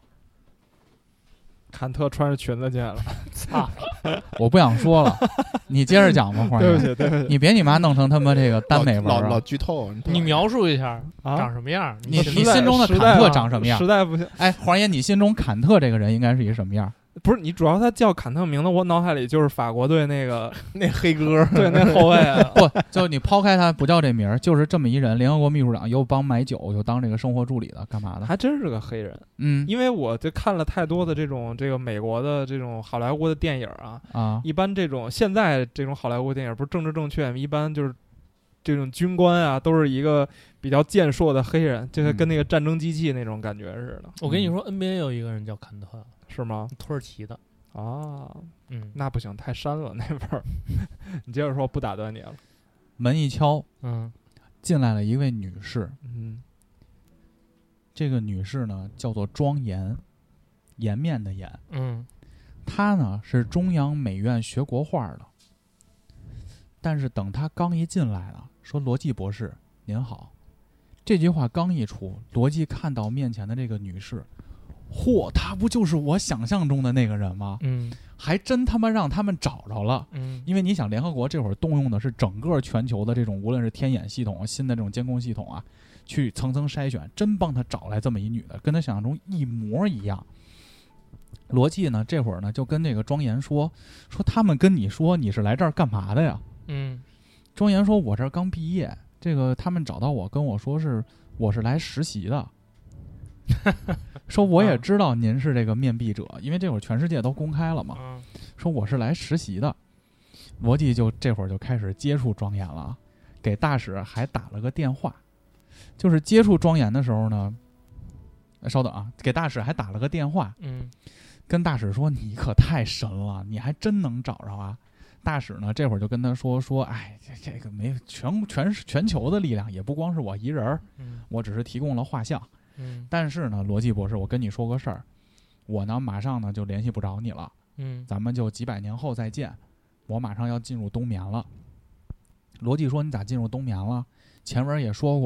坎特穿着裙子进来了。 操！ 我不想说了，你接着讲吧，黄爷。 对不起，对不起， 你别你妈弄成他妈这个耽美文老老啊！ 剧透， 你描述一下、 啊、 长什么样？ 你你你心中的坎特长什么样？ 实在不行。 哎，黄爷，你心中坎特这个人应该是一什么样？ 不是你，主要他叫坎特名字，我脑海里就是法国队那个那黑哥， 对那后卫、啊。 不，就你抛开他不叫这名儿，就是这么一人，联合国秘书长又帮买酒，又当这个生活助理的，干嘛的？ 还真是个黑人。 嗯， 因为我就看了太多的这种这个美国的这种好莱坞的电影啊啊， 一般这种现在这种好莱坞电影不是政治正确，一般就是这种军官啊都是一个比较健硕的黑人，就是跟那个战争机器那种感觉似的。 我跟你说 ，N B A 有一个人叫坎特， 是吗？ 土耳其的。 啊， 嗯， 那不行，太膻了那味儿。你接着说，不打断你了。 门一敲， 嗯， 进来了一位女士。 嗯， 这个女士呢叫做庄严，颜面的颜。 嗯， 她呢是中央美院学国画的。但是等她刚一进来了，说罗辑博士您好，这句话刚一出，罗辑看到面前的这个女士。嚯，他不就是我想象中的那个人吗？ 嗯， 还真他妈让他们找着了。 嗯， 因为你想，联合国这会儿动用的是整个全球的这种，无论是天眼系统、新的这种监控系统啊，去层层筛选，真帮他找来这么一女的，跟他想象中一模一样。罗辑呢，这会儿呢就跟这个庄严说，说他们跟你说你是来这儿干嘛的呀？ 嗯， 庄严说，我这儿刚毕业，这个他们找到我，跟我说是我是来实习的。说我也知道您是这个面壁者，因为这会儿全世界都公开了嘛。说我是来实习的。罗辑就这会儿就开始接触庄严了，给大使还打了个电话。就是接触庄严的时候呢，稍等啊，给大使还打了个电话。 嗯， 跟大使说你可太神了，你还真能找着啊。大使呢这会儿就跟他说说，哎，这这个没全全全球的力量，也不光是我一人， 嗯， 我只是提供了画像。 嗯， 但是呢，罗辑博士，我跟你说个事儿，我呢马上呢就联系不着你了， 嗯， 咱们就几百年后再见，我马上要进入冬眠了。罗辑说：“你咋进入冬眠了？前文也说过，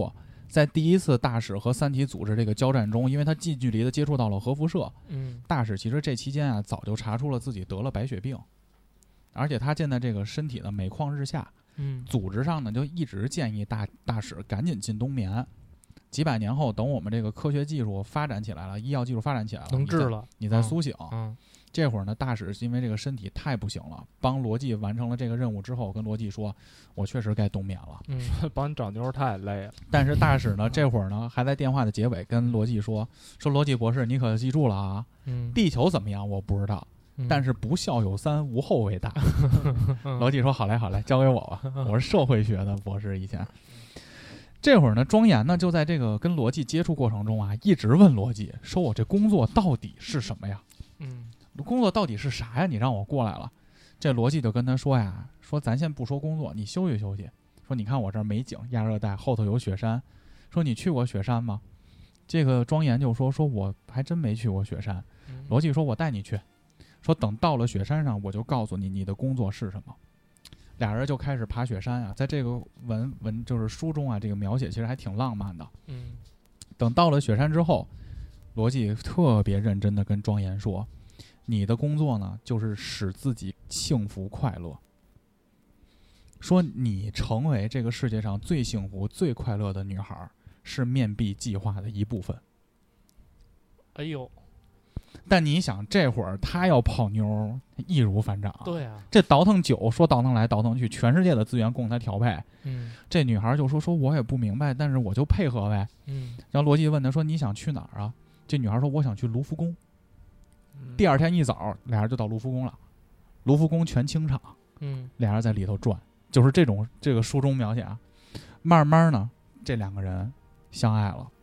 在第一次大使和三体组织这个交战中，因为他近距离的接触到了核辐射， 嗯大使其实这期间啊早就查出了自己得了白血病，而且他现在这个身体呢每况日下， 嗯组织上呢就一直建议大大使赶紧进冬眠。几百年后，等我们这个科学技术发展起来了，医药技术发展起来了， 能治了， 你再苏醒。 嗯这会儿呢，大使因为这个身体太不行了，帮罗辑完成了这个任务之后，跟罗辑说：“我确实该冬眠了。 嗯帮你找妞儿太累了。” 但是大使呢，这会儿呢还在电话的结尾跟罗辑说：“说罗辑博士，你可记住了啊， 嗯， 地球怎么样我不知道， 嗯但是不孝有三，无后为大。” 嗯罗辑说：“好嘞，好嘞，交给我吧，我是社会学的博士以前。”这会儿呢，庄严呢就在这个跟罗辑接触过程中啊，一直问罗辑说：“我这工作到底是什么呀？ 嗯工作到底是啥呀？你让我过来了。”这罗辑就跟他说呀：“说咱先不说工作，你休息休息。说你看我这儿美景，亚热带后头有雪山。说你去过雪山吗？”这个庄严就说：“说我还真没去过雪山。” 嗯罗辑说：“我带你去。说等到了雪山上，我就告诉你你的工作是什么。”俩人就开始爬雪山啊，在这个文文就是书中啊，这个描写其实还挺浪漫的。 嗯等到了雪山之后，罗辑特别认真地跟庄严说：“你的工作呢，就是使自己幸福快乐。说你成为这个世界上最幸福、最快乐的女孩，是面壁计划的一部分。 哎呦， 但你想，这会儿他要泡妞，易如反掌。 对啊， 这倒腾酒说倒腾来倒腾去，全世界的资源供他调配。 嗯这女孩就说：说我也不明白，但是我就配合呗。 嗯然后罗辑问他说：你想去哪儿啊？这女孩说：我想去卢浮宫。 嗯第二天一早，俩人就到卢浮宫了。卢浮宫全清场， 嗯俩人在里头转，就是这种这个书中描写啊。慢慢呢，这两个人相爱了。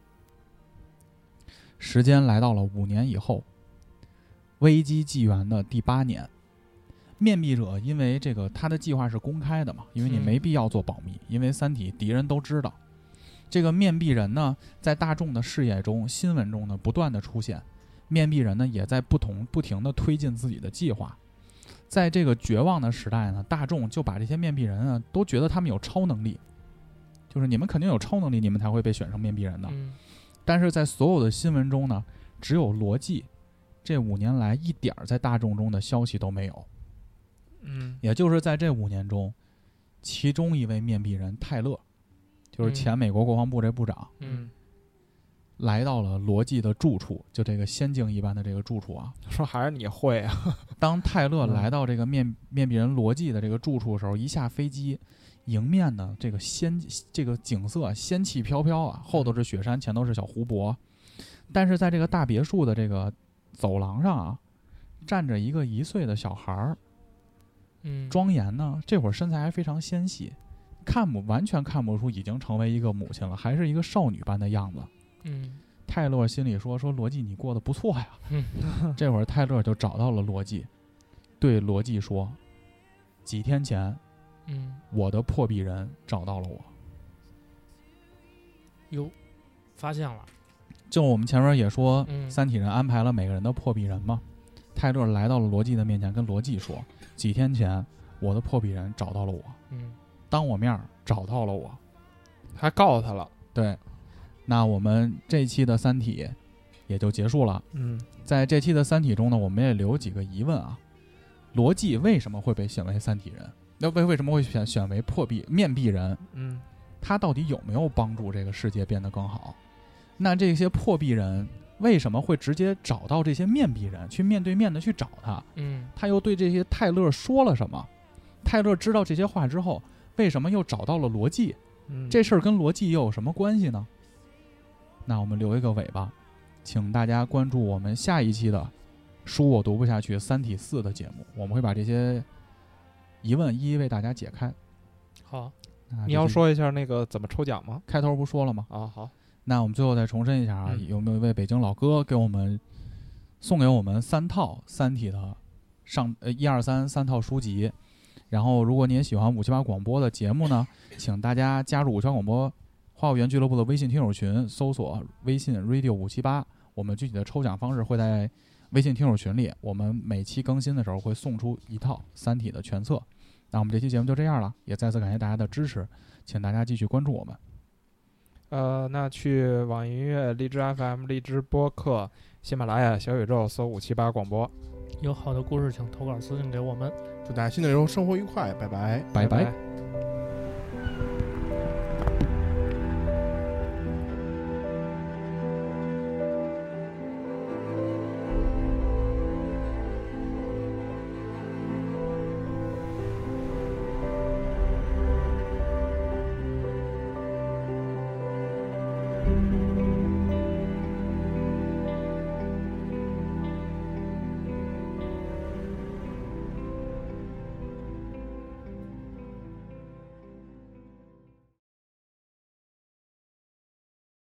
时间来到了五年以后，危机纪元的第八年，面壁者因为这个他的计划是公开的嘛，因为你嗯没必要做保密，因为三体敌人都知道。这个面壁人呢，在大众的视野中、新闻中呢，不断的出现。面壁人呢，也在不同不停的推进自己的计划。在这个绝望的时代呢，大众就把这些面壁人啊，都觉得他们有超能力，就是你们肯定有超能力，你们才会被选成面壁人的。 嗯但是在所有的新闻中呢，只有罗辑这五年来一点儿在大众中的消息都没有。 嗯也就是在这五年中，其中一位面壁人泰勒，就是前美国国防部这部长， 嗯来到了罗辑的住处，就这个仙境一般的这个住处啊。 说还是你会啊？ 当泰勒嗯来到这个面面壁人罗辑的这个住处的时候，一下飞机，迎面呢这个仙这个景色仙气飘飘啊，后头是雪山，前头是小湖泊。但是在这个大别墅的这个走廊上啊，站着一个一岁的小孩儿。 嗯， 庄严呢，这会儿身材还非常纤细，看不完全看不出已经成为一个母亲了，还是一个少女般的样子。 嗯泰勒心里说：“说罗辑你过得不错呀。 嗯” 这会儿泰勒就找到了罗辑，对罗辑说：“几天前， 嗯， 我的破壁人找到了我。 哟，发现了， 就我们前面也说， 嗯三体人安排了每个人的破壁人嘛。泰勒来到了罗辑的面前，跟罗辑说：几天前，我的破壁人找到了我， 嗯当我面儿找到了我。 还告诉他了。 对，那我们这期的三体也就结束了。 嗯在这期的三体中呢，我们也留几个疑问啊：罗辑为什么会被选为三体人？那为为什么会选选为破壁面壁人？ 嗯他到底有没有帮助这个世界变得更好？那这些破壁人为什么会直接找到这些面壁人，去面对面的去找他？ 嗯他又对这些泰勒说了什么？泰勒知道这些话之后，为什么又找到了罗辑？ 嗯， 这事儿跟罗辑又有什么关系呢？那我们留一个尾巴，请大家关注我们下一期的《书我读不下去三体四》的节目，我们会把这些疑问一一为大家解开。 好， 那你要这期说一下那个怎么抽奖吗？ 开头不说了吗？ 啊，好， 那我们最后再重申一下啊， 嗯有没有一位北京老哥给我们送给我们三套《三体》的上呃一二三三套书籍？然后，如果你也喜欢五七八广播的节目呢，请大家加入五七八广播花务园俱乐部的微信听友群，搜索微信 radio 五七八。我们具体的抽奖方式会在微信听友群里，我们每期更新的时候会送出一套《三体》的全册。那我们这期节目就这样了，也再次感谢大家的支持，请大家继续关注我们。 呃，那去网易音乐、荔枝 F M、荔枝播客、喜马拉雅、小宇宙搜五七八广播。 有好的故事请投稿私信给我们。 祝大家新的一周生活愉快，拜拜。 拜拜。 拜